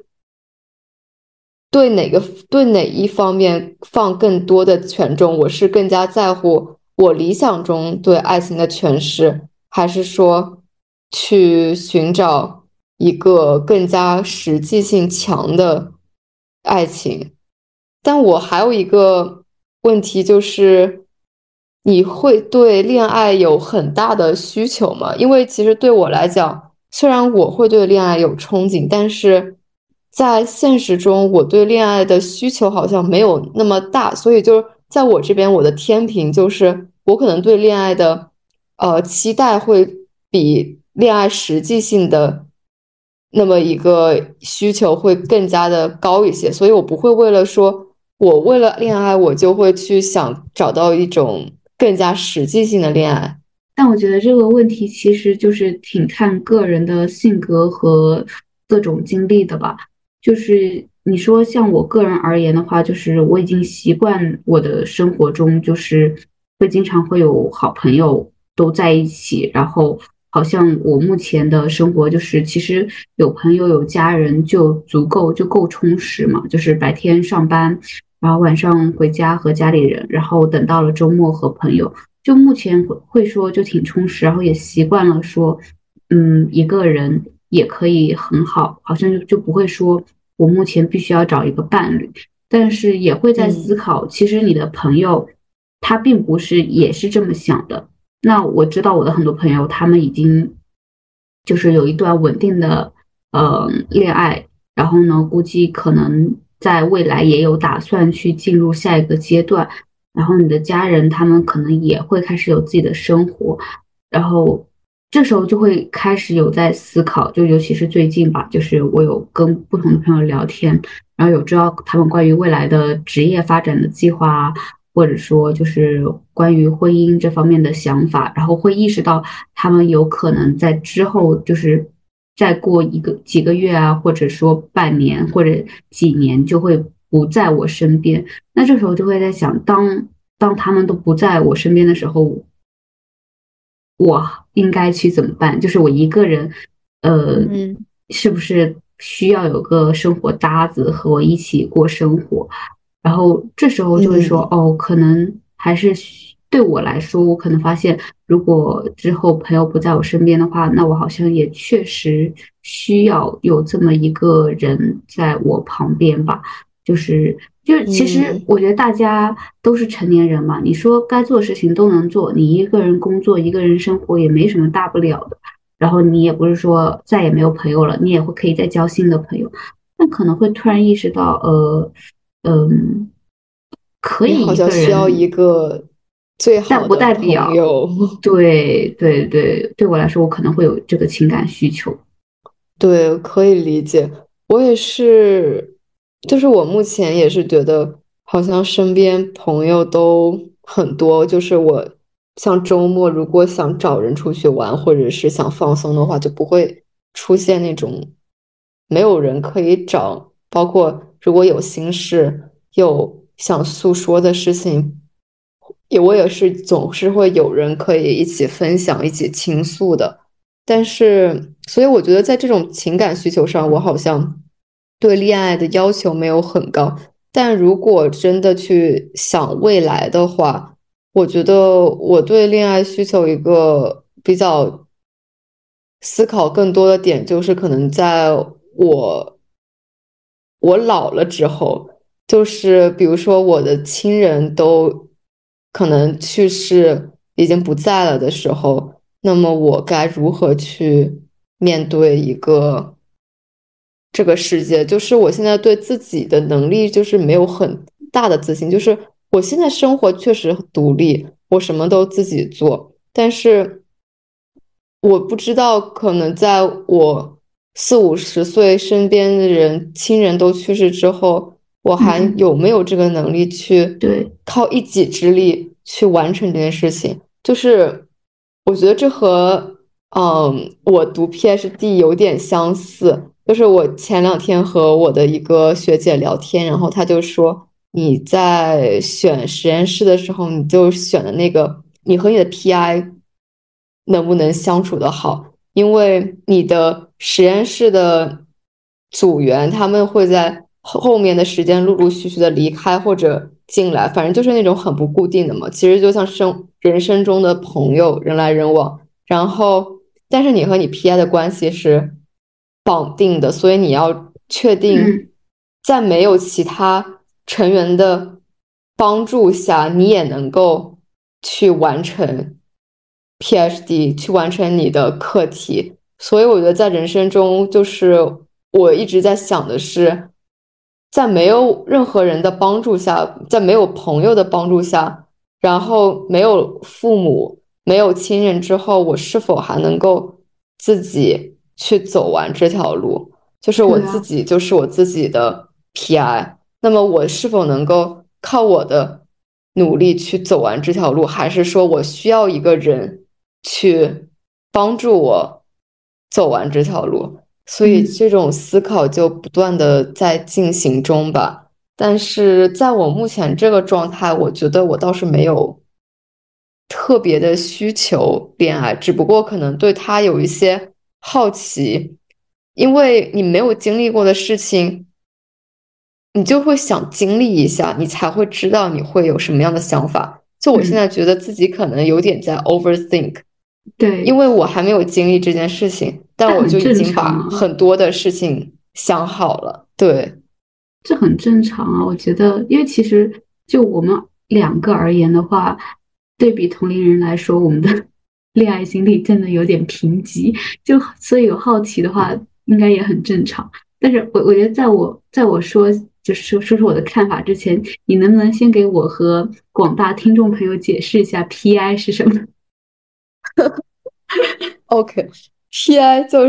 对哪一方面放更多的权重，我是更加在乎我理想中对爱情的诠释，还是说去寻找一个更加实际性强的爱情？但我还有一个问题就是，你会对恋爱有很大的需求吗？因为其实对我来讲，虽然我会对恋爱有憧憬，但是在现实中，我对恋爱的需求好像没有那么大，所以就是在我这边，我的天平就是我可能对恋爱的期待会比恋爱实际性的那么一个需求会更加的高一些，所以我不会为了说我为了恋爱，我就会去想找到一种更加实际性的恋爱。 但我觉得这个问题其实就是挺看个人的性格和各种经历的吧。就是你说像我个人而言的话，就是我已经习惯我的生活中就是会经常会有好朋友都在一起，然后好像我目前的生活就是其实有朋友有家人就足够就够充实嘛，就是白天上班，然后晚上回家和家里人，然后等到了周末和朋友。就目前会说就挺充实，然后也习惯了说，一个人也可以很好，好像就不会说我目前必须要找一个伴侣，但是也会在思嗯考，其实你的朋友他并不是也是这么想的。那我知道我的很多朋友，他们已经就是有一段稳定的恋爱，然后呢，估计可能在未来也有打算去进入下一个阶段。然后你的家人他们可能也会开始有自己的生活，然后这时候就会开始有在思考，就尤其是最近吧，就是我有跟不同的朋友聊天，然后有知道他们关于未来的职业发展的计划啊，或者说就是关于婚姻这方面的想法，然后会意识到他们有可能在之后就是再过几个月啊，或者说半年或者几年就会不在我身边。那这时候就会在想，当他们都不在我身边的时候，我应该去怎么办？就是我一个人，呃， 嗯是不是需要有个生活搭子和我一起过生活？然后这时候就会说， 嗯。 哦，可能还是对我来说，我可能发现，如果之后朋友不在我身边的话，那我好像也确实需要有这么一个人在我旁边吧。就是，其实嗯， 我觉得大家都是成年人嘛，你说该做的事情都能做，你一个人工作，一个人生活也没什么大不了的。然后你也不是说再也没有朋友了，你也会可以再交新的朋友。那可能会突然意识到，嗯，可你好以一个像需要一人， 个最好的但不代表， 朋友。 对对对，对我来说，我可能会有这个情感需求。 对，可以理解。我也是，就是我目前也是觉得，好像身边朋友都很多。就是我像周末如果想找人出去玩，或者是想放松的话，就不会出现那种没有人可以找。包括如果有心事，有想诉说的事情，我也是总是会有人可以一起分享、一起倾诉的。但是，所以我觉得在这种情感需求上，我好像对恋爱的要求没有很高。但如果真的去想未来的话，我觉得我对恋爱需求一个比较思考更多的点，就是可能在我老了之后，就是比如说我的亲人都可能去世，已经不在了的时候，那么我该如何去面对一个这个世界？就是我现在对自己的能力就是没有很大的自信，就是我现在生活确实很独立，我什么都自己做，但是我不知道，可能在我四五十岁，身边的人亲人都去世之后，我还嗯， 有没有这个能力去对， 靠一己之力去完成这件事情？就是我觉得这和我读 PhD 有点相似。就是我前两天和我的一个学姐聊天，然后她就说，你在选实验室的时候，你就选的那个，你和你的 PI 能不能相处的好？因为你的实验室的组员他们会在后面的时间陆陆续续的离开，或者进来，反正就是那种很不固定的嘛。其实就像人生中的朋友，人来人往。然后，但是你和你 PI 的关系是绑定的，所以你要确定， 嗯在没有其他成员的帮助下，你也能够去完成 PhD，去完成你的课题。所以我觉得在人生中，就是我一直在想的是，在没有任何人的帮助下，在没有朋友的帮助下，然后没有父母、没有亲人之后，我是否还能够自己去走完这条路？就是我自对啊， 己，就是我自己的 PI。那么我是否能够靠我的努力去走完这条路，还是说我需要一个人去帮助我走完这条路？所以嗯。 这种思考就不断的在进行中吧。但是在我目前这个状态，我觉得我倒是没有特别的需求恋爱，只不过可能对他有一些好奇，因为你没有经历过的事情，你就会想经历一下，你才会知道你会有什么样的想法。就我现嗯， 在觉得自己可能有点在 overthink，因对， 为我还没有经历这件事情，但这很正我就已经常啊， 把很多的事情想好了。对， 这很正常啊。我觉得，因为其实就我们两个而言的话，对比同龄人来说，我们的恋爱经历真的有点贫瘠，就所以有好奇的话，应该也很正常。但是我觉得，在我说说出我的看法之前，你能不能先给我和广大听众朋友解释一下 PI 是什么？ OK，PI 就是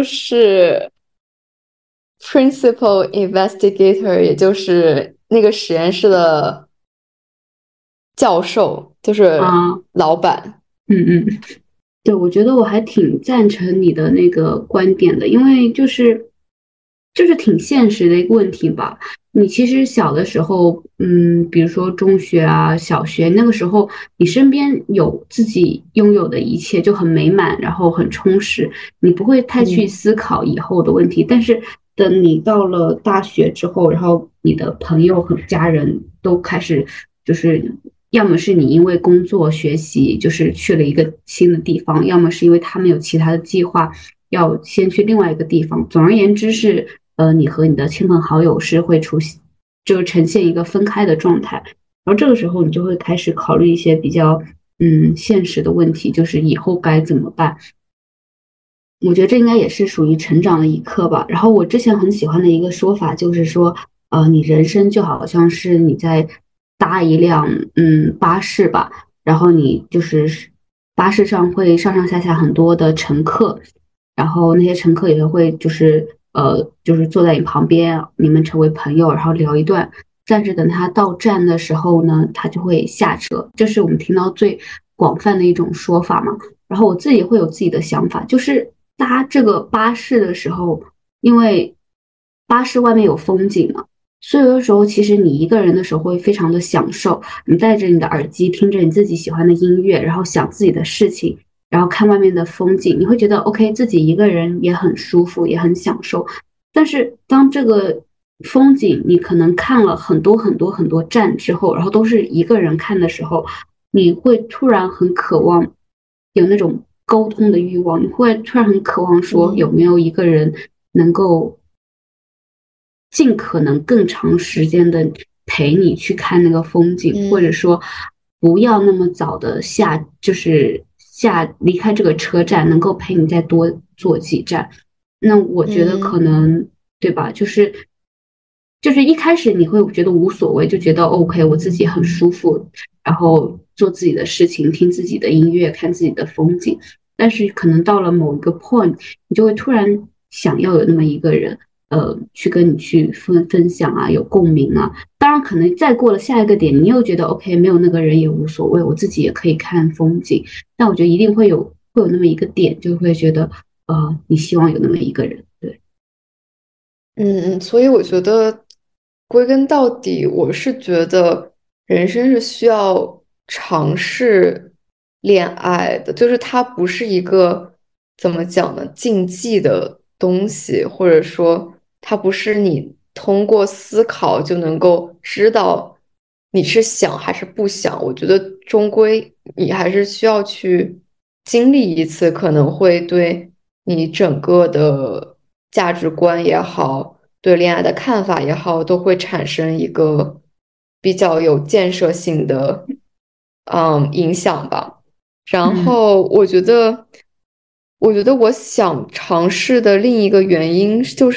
Principal Investigator，也就是那个实验室的教授，就是啊， 老板。 嗯嗯。对，我觉得我还挺赞成你的那个观点的，因为就是挺现实的一个问题吧。你其实小的时候，比如说中学啊、小学那个时候，你身边有自己拥有的一切就很美满，然后很充实，你不会太去嗯思考以后的问题。但是等你到了大学之后，然后你的朋友和家人都开始就是要么是你因为工作学习就是去了一个新的地方，要么是因为他们有其他的计划要先去另外一个地方。总而言之是，你和你的亲朋好友是会出现，就是呈现一个分开的状态。然后这个时候你就会开始考虑一些比较现实的问题，就是以后该怎么办。我觉得这应该也是属于成长的一课吧。然后我之前很喜欢的一个说法就是说，你人生就好像是你在搭一辆巴士吧，然后你就是巴士上会上上下下很多的乘客，然后那些乘客也会就是坐在你旁边，你们成为朋友，然后聊一段。但是等他到站的时候呢，他就会下车，这是我们听到最广泛的一种说法嘛。然后我自己会有自己的想法，就是搭这个巴士的时候，因为巴士外面有风景嘛，所以有的时候其实你一个人的时候会非常的享受，你戴着你的耳机，听着你自己喜欢的音乐，然后想自己的事情，然后看外面的风景，你会觉得 OK，自己一个人也很舒服，也很享受。但是当这个风景你可能看了很多很多很多站之后，然后都是一个人看的时候，你会突然很渴望有那种沟通的欲望，你会突然很渴望说有嗯没有一个人能够尽可能更长时间的陪你去看那个风景，或者嗯说不要那么早的下，就是离开这个车站，能够陪你再多坐几站。那我觉得可嗯能，对吧？就是一开始你会觉得无所谓，就觉得 OK，我自己很舒服，然后做自己的事情，听自己的音乐，看自己的风景。但是可能到了某一个 point，你就会突然想要有那么一个人，去跟你去分享啊，有共鸣啊。当然，可能再过了下一个点，你又觉得 OK，没有那个人也无所谓，我自己也可以看风景。但我觉得一定会有那么一个点，就会觉得，你希望有那么一个人，对。 所以我觉得归根到底，我是觉得人生是需要尝试恋爱的，就是它不是一个怎么讲呢，禁忌的东西，或者说它不是你通过思考就能够知道你是想还是不想，我觉得终归你还是需要去经历一次，可能会对你整个的价值观也好，对恋爱的看法也好，都会产生一个比较有建设性的影响吧。然嗯后我觉得我想尝试的另一个原因就是，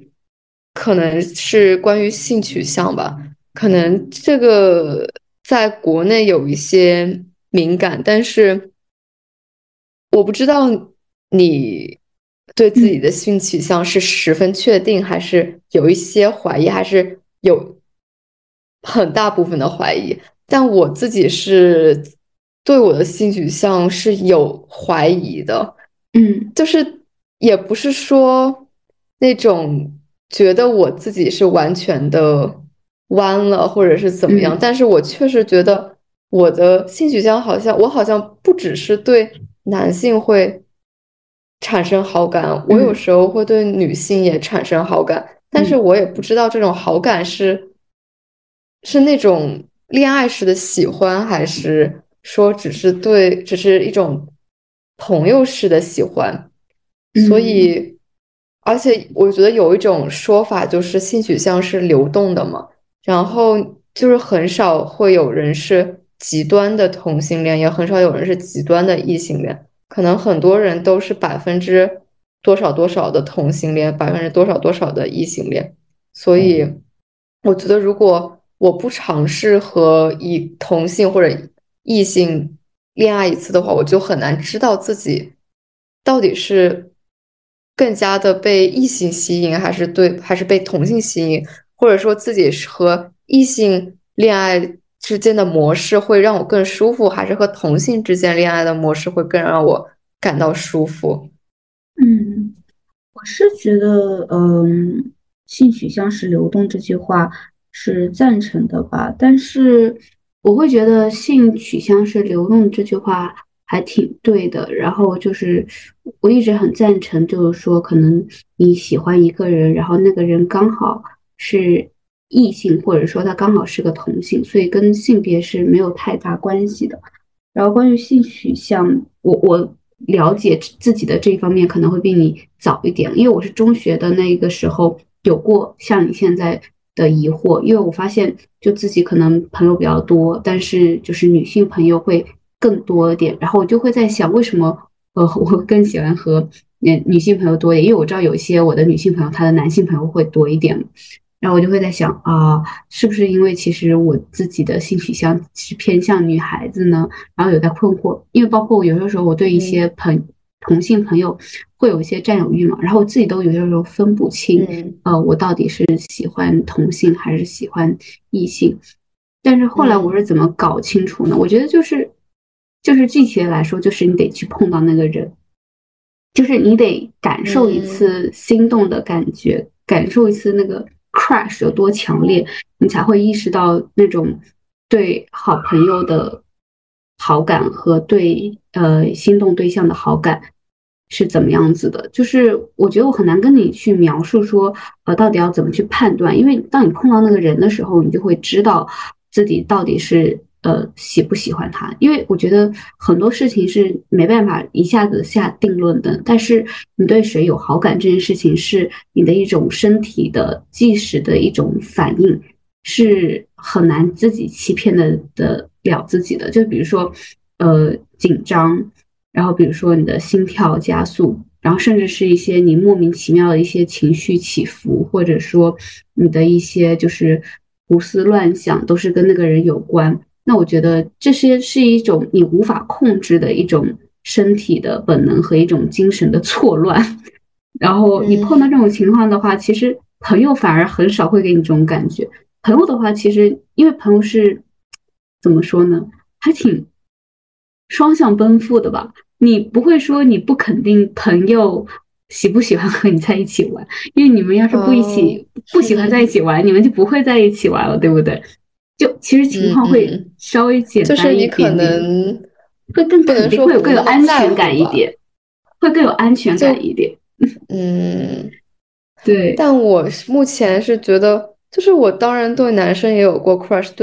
可能是关于性取向吧。可能这个在国内有一些敏感，但是我不知道你对自己嗯的性取向是十分确定，还是有一些怀疑，还是有很大部分的怀疑。但我自己是对我的性取向是有怀疑的， 嗯就是也不是说那种觉得我自己是完全的弯了，或者是怎么样， 嗯但是我确实觉得我的性取向好像不只是对男性会产生好感，我有嗯时候会对女性也产生好感，但是嗯我也不知道这种好感是那种恋爱式的喜欢，还是说只是一种朋友式的喜欢。所嗯以，而且我觉得有一种说法就是性取向是流动的嘛，然后就是很少会有人是极端的同性恋，也很少有人是极端的异性恋，可能很多人都是百分之多少多少的同性恋，百分之多少多少的异性恋。所以，我觉得如果我不尝试和同性或者异性恋爱一次的话，我就很难知道自己到底是更加的被异性吸引，还是被同性吸引，或者说自己是和异性恋爱之间的模式会让我更舒服，还是和同性之间恋爱的模式会更让我感到舒服。 嗯。我是觉得，性取向是流动这句话是赞成的吧，但是我会觉得性取向是流动这句话还挺对的。然后就是我一直很赞成，就是说可能你喜欢一个人，然后那个人刚好是异性，或者说他刚好是个同性，所以跟性别是没有太大关系的。然后关于性取向，我了解自己的这一方面可能会比你早一点，因为我是中学的那个时候有过像你现在的疑惑，因为我发现就自己可能朋友比较多，但是就是女性朋友会更多一点，然后我就会在想，为什么我更喜欢和女性朋友多一点，因为我知道有一些我的女性朋友，她的男性朋友会多一点。然后我就会在想啊，是不是因为其实我自己的性取向是偏向女孩子呢？然后有在困惑，因为包括我有些时候我对一些嗯同性朋友会有一些占有欲嘛，然后我自己都有些时候分不清， 嗯我到底是喜欢同性还是喜欢异性。但是后来我是嗯怎么搞清楚呢？我觉得就是具体的来说，就是你得去碰到那个人，就是你得感受一嗯次心动的感觉，感受一次那个 crush 有多强烈，你才会意识到那种对好朋友的好感和对心动对象的好感是怎么样子的。就是我觉得我很难跟你去描述说，到底要怎么去判断，因为当你碰到那个人的时候，你就会知道自己到底是喜不喜欢他。因为我觉得很多事情是没办法一下子下定论的，但是你对谁有好感这件事情是你的一种身体的即时的一种反应。是很难自己欺骗的了自己的。就比如说，紧张，然后比如说你的心跳加速，然后甚至是一些你莫名其妙的一些情绪起伏，或者说你的一些就是胡思乱想，都是跟那个人有关。那我觉得这些是一种你无法控制的一种身体的本能和一种精神的错乱。然后你碰到这嗯种情况的话，其实朋友反而很少会给你这种感觉。朋友的话，其实因为朋友是怎么说呢，还挺双向奔赴的吧。你不会说你不肯定朋友喜不喜欢和你在一起玩，因为你们要是哦， 不喜欢在一起玩，你们就不会在一起玩了，对不对？就其实情况会嗯， 稍微简就是单一你可点点， 能会更不能肯定， 说不那么会有更有安全在乎吧， 感一点，会更有安全感一就点。 嗯。 对， 但我是目前是觉得，就是我当然对男生也有过 crush，对，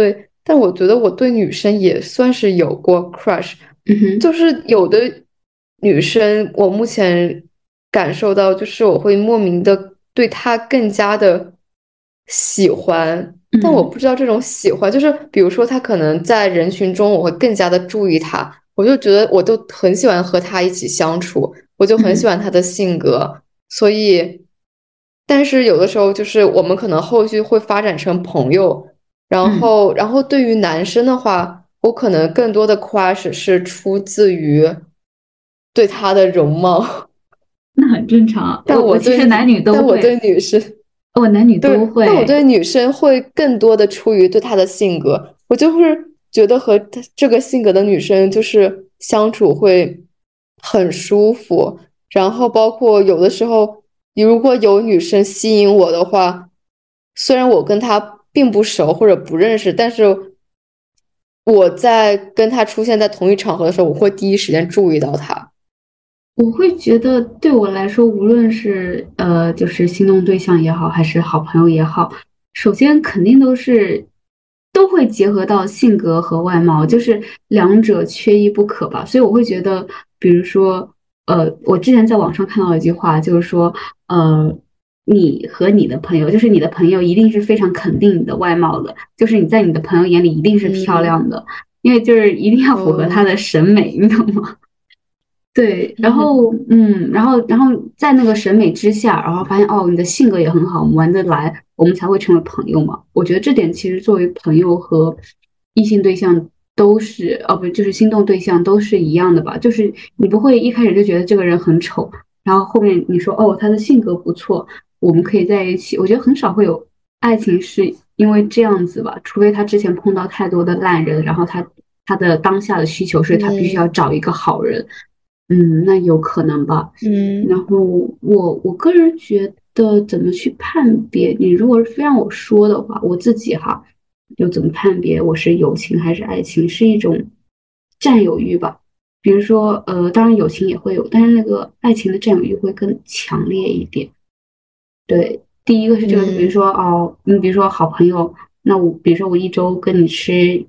但我觉得我对女生也算是有过 crush， 嗯哼， 就是有的女生，我目前感受到，就是我会莫名的对她更加的喜欢，但我嗯不知道这种喜欢，就是比如说她可能在人群中，我会更加的注意她，我就觉得我都很喜欢和她一起相处，我就很喜嗯欢她的性格，所以，但是有的时候就是我们可能后续会发展成朋友。 嗯， 然后对于男生的话，我可能更多的 crush 是出自于对他的容貌， 那很正常。 但我其实男女都我对会， 女生， 我男女都对，但我会。 对女生会更多的出于对她的性格，我就是觉得和她这个性格的女生就是相处会很舒服，然后包括有的时候，如果有女生吸引我的话，虽然我跟她并不熟或者不认识，但是我在跟她出现在同一场合的时候，我会第一时间注意到她。 我会觉得，对我来说，无论是就是心动对象也好，还是好朋友也好，首先肯定都会结合到性格和外貌，就是两者缺一不可吧。所以我会觉得，比如说，我之前在网上看到一句话，就是说，呃，你和你的朋友，就是你的朋友一定是非常肯定你的外貌的，就是你在你的朋友眼里一定是漂嗯亮的，因为就是一定要符合他嗯的审美，你懂吗？对，然嗯后然后在那个审美之下，然后发现哦，你的性格也很好，我们玩得来，我们才会成为朋友嘛。我觉得这点其实作为朋友和异性对象都是，哦不，就是心动对象都是一样的吧。就是你不会一开始就觉得这个人很丑，然后后面你说哦，他的性格不错，我们可以在一起。我觉得很少会有爱情是因为这样子吧，除非他之前碰到太多的烂人，然后他的当下的需求是他必须要嗯找一个好人。那有可能吧。 嗯然后我个人觉得怎么去判别，你如果是非让我说的话，我自己哈，就怎么判别我是友情还是爱情，是一种占有欲吧。比如说，当然友情也会有，但是那个爱情的占有欲会更强烈一点。对，第一个是这个，就比如嗯说哦，你比如说好朋友，那我比如说我一周跟你吃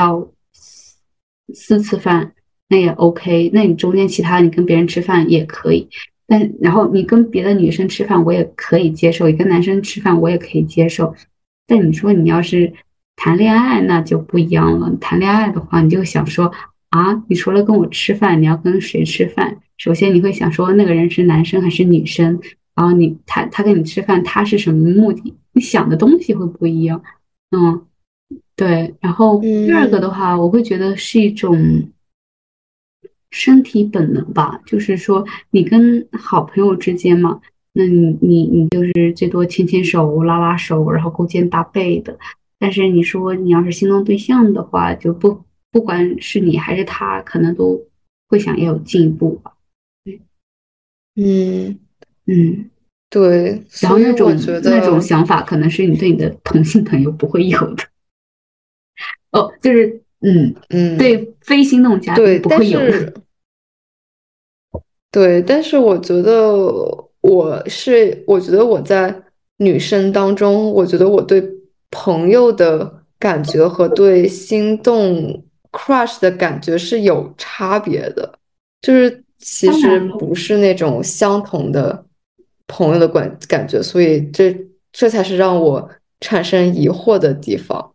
1到4次饭，那也 OK。那你中间其他你跟别人吃饭也可以，但然后你跟别的女生吃饭我也可以接受，你跟男生吃饭我也可以接受。但你说你要是谈恋爱，那就不一样了。谈恋爱的话，你就想说啊，你除了跟我吃饭，你要跟谁吃饭？首先你会想说那个人是男生还是女生？然后他跟你吃饭，他是什么目的？你想的东西会不一样。嗯，对。然后第二个的嗯话，我会觉得是一种身体本能吧，就是说你跟好朋友之间嘛，那你就是最多牵牵手、拉拉手，然后勾肩搭背的。但是你说你要是心动对象的话，就不管是你还是他，可能都会想要有进一步吧。 嗯， 嗯。 对， 然后那所以我种那种觉得， 想法，可能是你对你的同性朋友不会有的哦，就是嗯， 对非心动嘉宾对， 不会有的。 但是我觉得我觉得我在女生当中，我觉得我对朋友的感觉和对心动 crush 的感觉是有差别的，就是其当然了， 实不是那种相同的朋友的感觉，所以这才是让我产生疑惑的地方。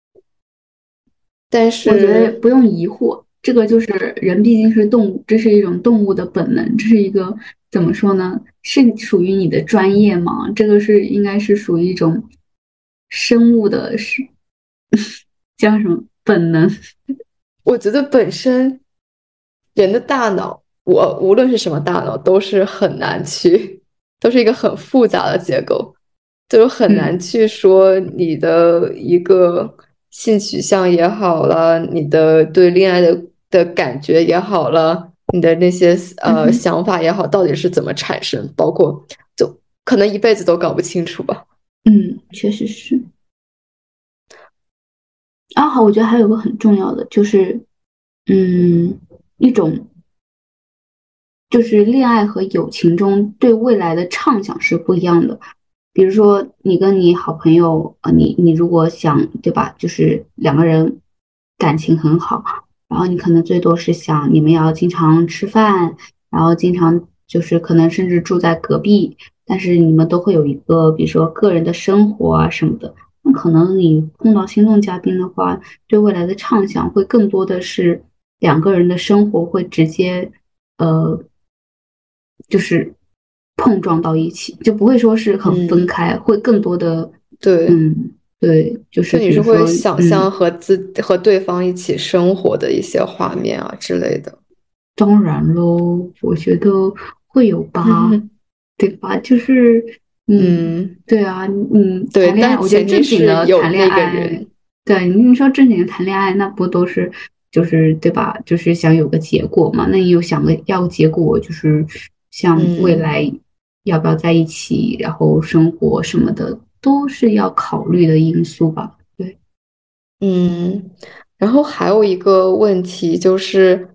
但我觉得是不用疑惑，这个就是人毕竟是动物，这是一种动物的本能，这是一个怎么说呢？是属于你的专业吗？这个是应该是属于一种生物的叫什么本能？ 我觉得本身人的大脑，我无论是什么大脑，都是很难去，都是一个很复杂的结构，就是很难嗯去说你的一个性取向也好了，你的对恋爱的感觉也好了，你的那些嗯哼想法也好，到底是怎么产生，包括就可能一辈子都搞不清楚吧。 嗯，确实是。啊，好，我觉得还有个很重要的就是，一种就是恋爱和友情中对未来的畅想是不一样的。 比如说你跟你好朋友，你如果想，对吧？就是两个人感情很好，然后你可能最多是想你们要经常吃饭，然后经常就是可能甚至住在隔壁，但是你们都会有一个，比如说个人的生活啊什么的。那可能你碰到心动嘉宾的话，对未来的畅想会更多的是两个人的生活会直接，呃，就是碰撞到一起，就不会说是很分嗯， 开，会更多的， 对， 对，就是就你是会比如说， 想象和对方一起生活的一些画面啊之类的。 当然喽，我觉得会有吧，对吧？就是， 嗯， 对啊， 对， 谈恋爱，我觉得但前提正经是的谈恋有那个爱， 人。 对你说正经的谈恋爱，那不都是就是对吧？就是想有个结果嘛。那你有想个要结果，就是像未嗯来要不要在一起，然后生活什么的，都是要考虑的因素吧？对。 嗯，然后还有一个问题就是，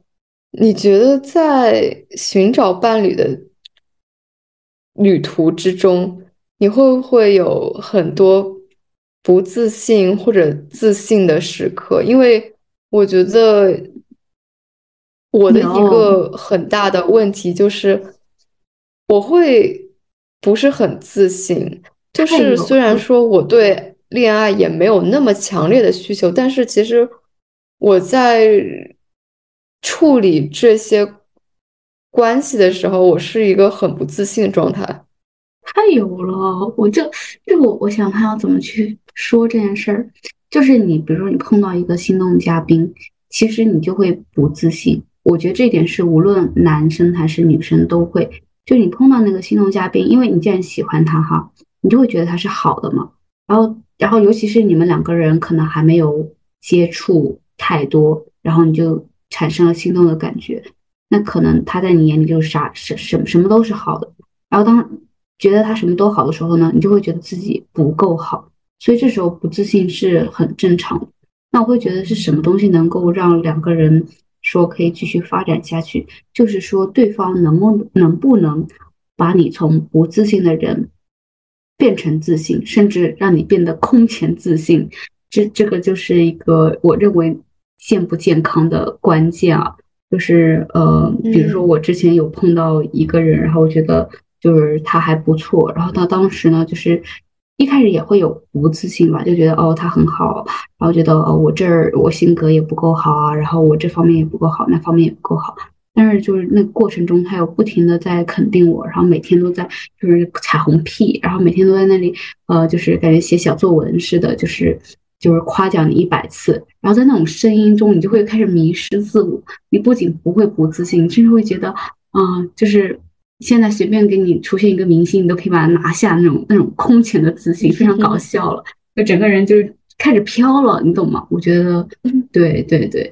你觉得在寻找伴侣的旅途之中，你会不会有很多不自信或者自信的时刻？因为我觉得我的一有， 个很大的问题就是，我会不是很自信。就太是虽然有了。 说我对恋爱也没有那么强烈的需求，但是其实我在处理这些关系的时候，我是一个很不自信的状态。 太有了，我想他要怎么去说这件事儿，就是你比如说你碰到一个心动嘉宾，其实你就会不自信。我觉得这点是无论男生还是女生都会，就你碰到那个心动嘉宾，因为你既然喜欢他哈，你就会觉得他是好的嘛。然后尤其是你们两个人可能还没有接触太多，然后你就产生了心动的感觉，那可能他在你眼里就是啥什么都是好的。然后当觉得他什么都好的时候呢，你就会觉得自己不够好，所以这时候不自信是很正常的。那我会觉得是什么东西能够让两个人说可以继续发展下去，就是说对方能不能把你从不自信的人变成自信，甚至让你变得空前自信。这个就是一个我认为健不健康的关键啊。就是比如说嗯我之前有碰到一个人，然后我觉得就是他还不错，然后他当时呢，就是一开始也会有不自信吧，就觉得哦他很好，然后觉得我这儿我性格也不够好啊，然后我这方面也不够好，那方面也不够好，但是就是那个过程中，他有不停的在肯定我，然后每天都在就是彩虹屁，然后每天都在那里就是感觉写小作文似的，就是夸奖你100次，然后在那种声音中，你就会开始迷失自我。你不仅不会不自信，你甚至会觉得就是现在随便给你出现一个明星，你都可以把它拿下那种空前的自信，非常搞笑了，就整个人就是开始飘了，你懂吗？我觉得，对对对。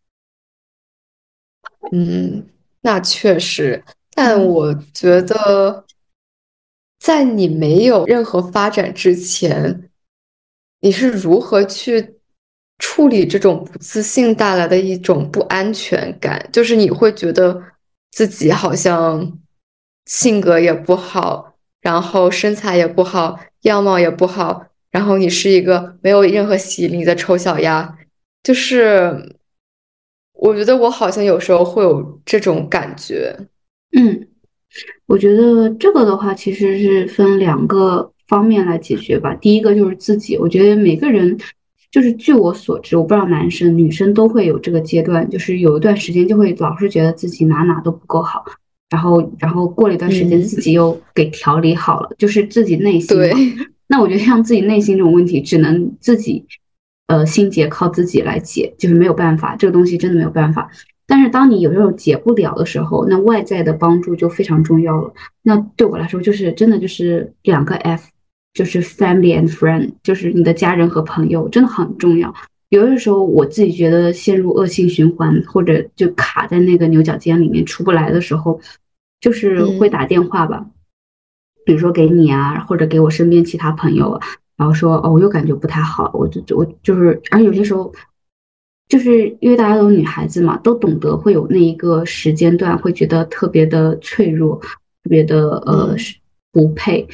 嗯，那确实，但嗯我觉得，在你没有任何发展之前，你是如何去处理这种不自信带来的一种不安全感？就是你会觉得自己好像性格也不好，然后身材也不好，样貌也不好，然后你是一个没有任何吸引力的丑小鸭。就是我觉得我好像有时候会有这种感觉。 嗯。我觉得这个的话，其实是分两个方面来解决吧。第一个就是自己，我觉得每个人，就是据我所知，我不知道男生女生都会有这个阶段，就是有一段时间就会老是觉得自己哪哪都不够好，然后过了一段时间自嗯， 己又给调理好了，就是自己内心嘛。 对， 那我觉得像自己内心这种问题，只能自己心结靠自己来解，就是没有办法，这个东西真的没有办法。但是当你有时候解不了的时候，那外在的帮助就非常重要了。那对我来说，就是真的就是两个 F，就是 family and friend，就是你的家人和朋友真的很重要。有的时候我自己觉得陷入恶性循环，或者就卡在那个牛角尖里面出不来的时候，就是会嗯打电话吧，比如说给你啊，或者给我身边其他朋友啊，然后说哦，我又感觉不太好，我就是，而有些时候，就是因为大家都是女孩子嘛，都懂得会有那一个时间段，会觉得特别的脆弱，特别的嗯是不配。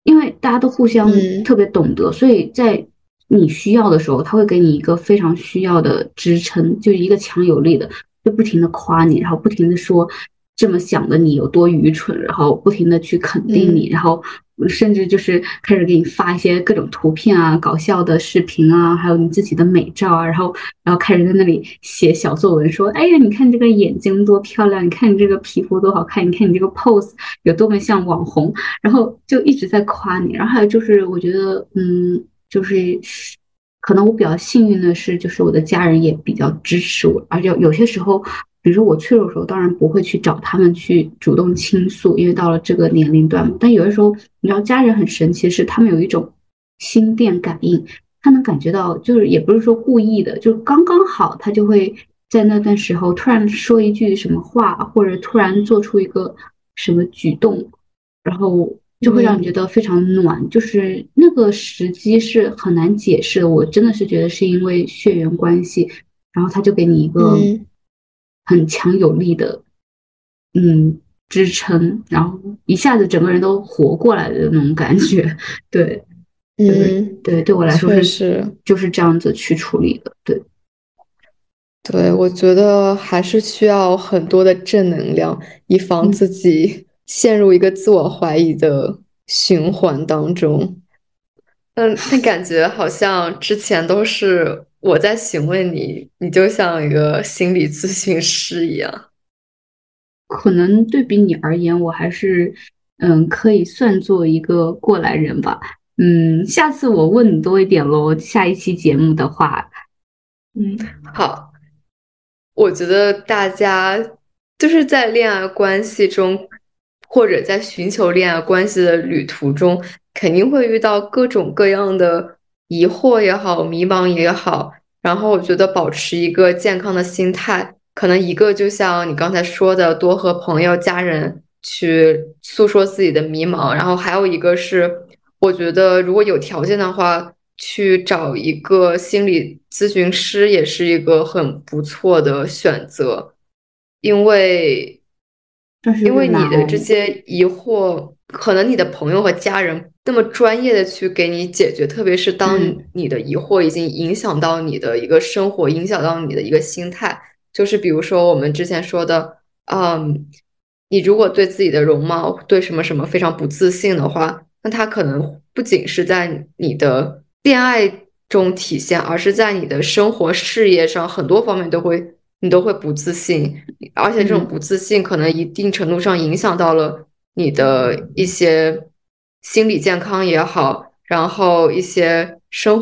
因为大家都互相嗯特别懂得，所以在你需要的时候，他会给你一个非常需要的支撑，就是一个强有力的，就不停的夸你，然后不停的说这么想的你有多愚蠢，然后不停的去肯定你， 嗯然后甚至就是开始给你发一些各种图片啊、搞笑的视频啊，还有你自己的美照啊，然后开始在那里写小作文，说，哎呀，你看这个眼睛多漂亮，你看你这个皮肤多好看，你看你这个 pose 有多么像网红。然后就一直在夸你。然后还有就是，我觉得，就是可能我比较幸运的是，就是我的家人也比较支持我，而且有些时候，比如说我脆弱的时候，当然不会去找他们去主动倾诉，因为到了这个年龄段嘛。但有的时候，你知道，家人很神奇，是他们有一种心电感应，他能感觉到，就是也不是说故意的，就刚刚好，他就会在那段时候突然说一句什么话，或者突然做出一个什么举动。然后就会让你觉嗯得非常暖，就是那个时机是很难解释的。我真的是觉得是因为血缘关系，然后他就给你一个嗯很强有力的支撑，然后一下子整个人都活过来的那种感觉。对，就是嗯， 对我来说是确实。 就是这样子去处理的。对， 对，我觉得还是需要很多的正能量，以防嗯。 自己陷入一个自我怀疑的循环当中。但感觉好像之前都是我在询问你，你就像一个心理咨询师一样。 可能对比你而言，我还是可以算作一个过来人吧。下次我问你多一点喽。下一期节目的话，嗯好，我觉得大家就是在恋爱关系中，或者在寻求恋爱关系的旅途中，肯定会遇到各种各样的疑惑也好，迷茫也好。然后我觉得保持一个健康的心态，可能一个就像你刚才说的，多和朋友、家人去诉说自己的迷茫，然后还有一个是，我觉得如果有条件的话，去找一个心理咨询师也是一个很不错的选择，因为但是有点因为你的这难哦。 些疑惑，可能你的朋友和家人那么专业的去给你解决，特别是当嗯你的疑惑已经影响到你的一个生活，影响到你的一个心态，就是比如说我们之前说的，你如果对自己的容貌、对什么什么非常不自信的话，那他可能不仅是在你的恋爱中体现，而是在你的生活、事业上很多方面你都会不自信。而且这种嗯不自信可能一定程度上影响到了你的一些心理健康也好，然后一些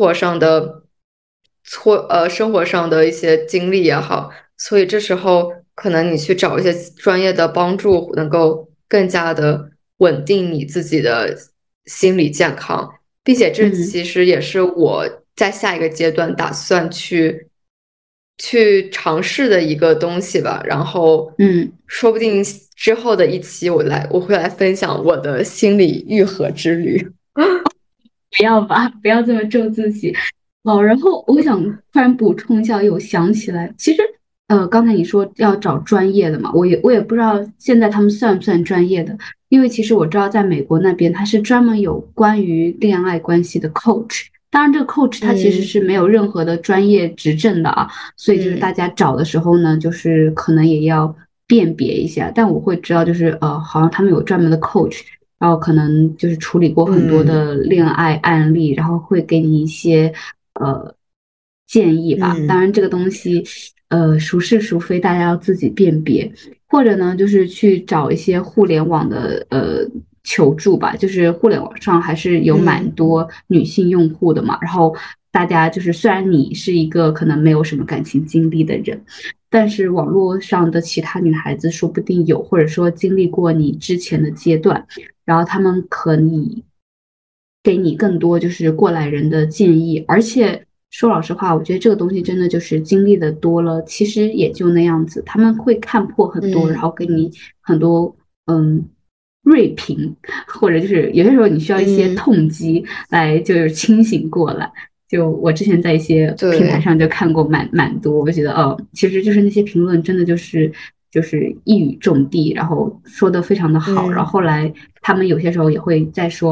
生活上的一些经历也好，所以这时候可能你去找一些专业的帮助，能够更加的稳定你自己的心理健康，并且这嗯其实也是我在下一个阶段打算去尝试的一个东西吧。然后嗯。 说不定之后的一期我会来分享我的心理愈合之旅。 不要吧，不要这么咒自己。哦，然后我想突然补充一下，有想起来，其实刚才你说要找专业的嘛，我也不知道现在他们算不算专业的，因为其实我知道在美国那边他是专门有关于恋爱关系的 coach，当然这个 coach 他其实嗯是没有任何的专业执证的啊，所以就是大嗯家找的时候呢，就是可能也要辨别一下，但我会知道就是好像他们有专门的 coach。然后可能就是处理过很多嗯的恋爱案例，然后会给你一些建议吧。当嗯然，这个东西孰是孰非，大家要自己辨别。或者呢，就是去找一些互联网的求助吧，就是互联网上还是有蛮嗯多女性用户的嘛。然后大家就是虽然你是一个可能没有什么感情经历的人。但是网络上的其他女孩子说不定有，或者说经历过你之前的阶段，然后他们可以给你更多就是过来人的建议。而且说老实话，我觉得这个东西真的就是经历的多了，其实也就那样子。他们会看破很多，然嗯后给你很多锐评，或者就是有些时候你需要一些嗯， 痛击来就是清醒过来。就我之前在一些平台对， 上就看过蛮多，我觉得其实就是那些评论真的就是一语中的，然后说的非常的好，然后嗯后来他们有些时候也会再说。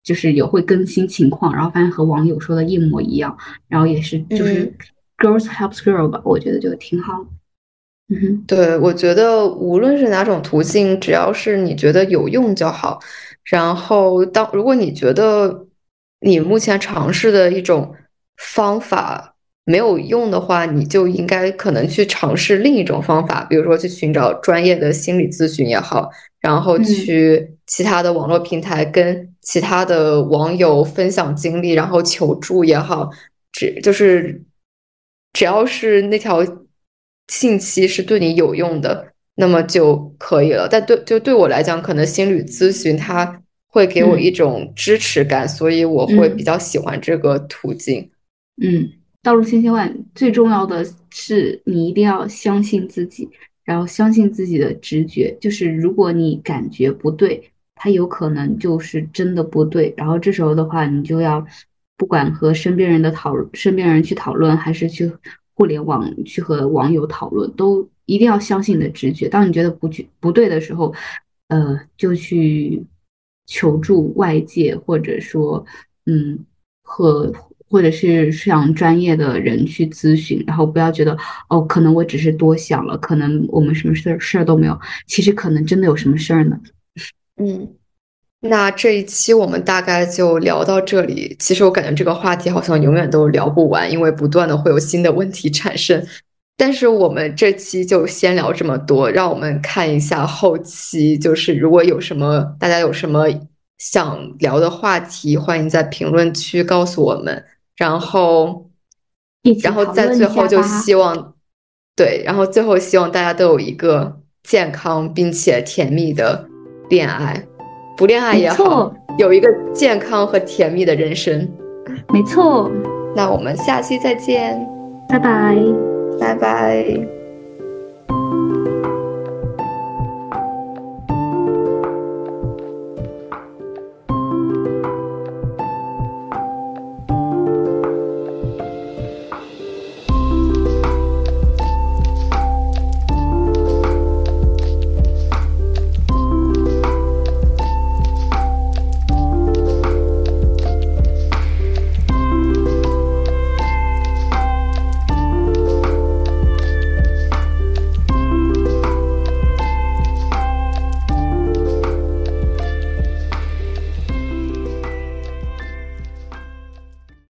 就是也会更新情况，然后发现和网友说的一模一样，然后也是就是嗯。 girls helps girl 吧，我觉得就挺好的。嗯哼。 对，我觉得无论是哪种途径，只要是你觉得有用就好。然后如果你觉得你目前尝试的一种方法没有用的话，你就应该可能去尝试另一种方法，比如说去寻找专业的心理咨询也好，然后嗯去其他的网络平台跟其他的网友分享经历，然后求助也好。就是只要是那条信息是对你有用的，那么就可以了。但对我来讲，可能心理咨询它会给我一嗯种支持感，所以我会比嗯较喜欢这个途径。 嗯，道路千千万，最重要的是你一定要相信自己，然后相信自己的直觉。就是如果你感觉不对，它有可能就是真的不对。然后这时候的话，你就要不管和身边人去讨论，还是去互联网去和网友讨论，都一定要相信你的直觉。当你觉得不对的时候，就去求助外界，或者说，嗯。和或者是向专业的人去咨询，然后不要觉得哦，可能我只是多想了，可能我们什么事儿都没有，其实可能真的有什么事儿呢。 嗯。那这一期我们大概就聊到这里。其实我感觉这个话题好像永远都聊不完，因为不断的会有新的问题产生。但是我们这期就先聊这么多，让我们看一下后期，就是如果有什么大家有什么想聊的话题，欢迎在评论区告诉我们。然后， 一起然后在讨论一最后就下吧。 希望，对，然后最后希望大家都有一个健康并且甜蜜的恋爱。不恋爱没也好， 错， 有一个健康和甜蜜的人生。 没错， 那我们下期再见， 拜拜。 拜拜。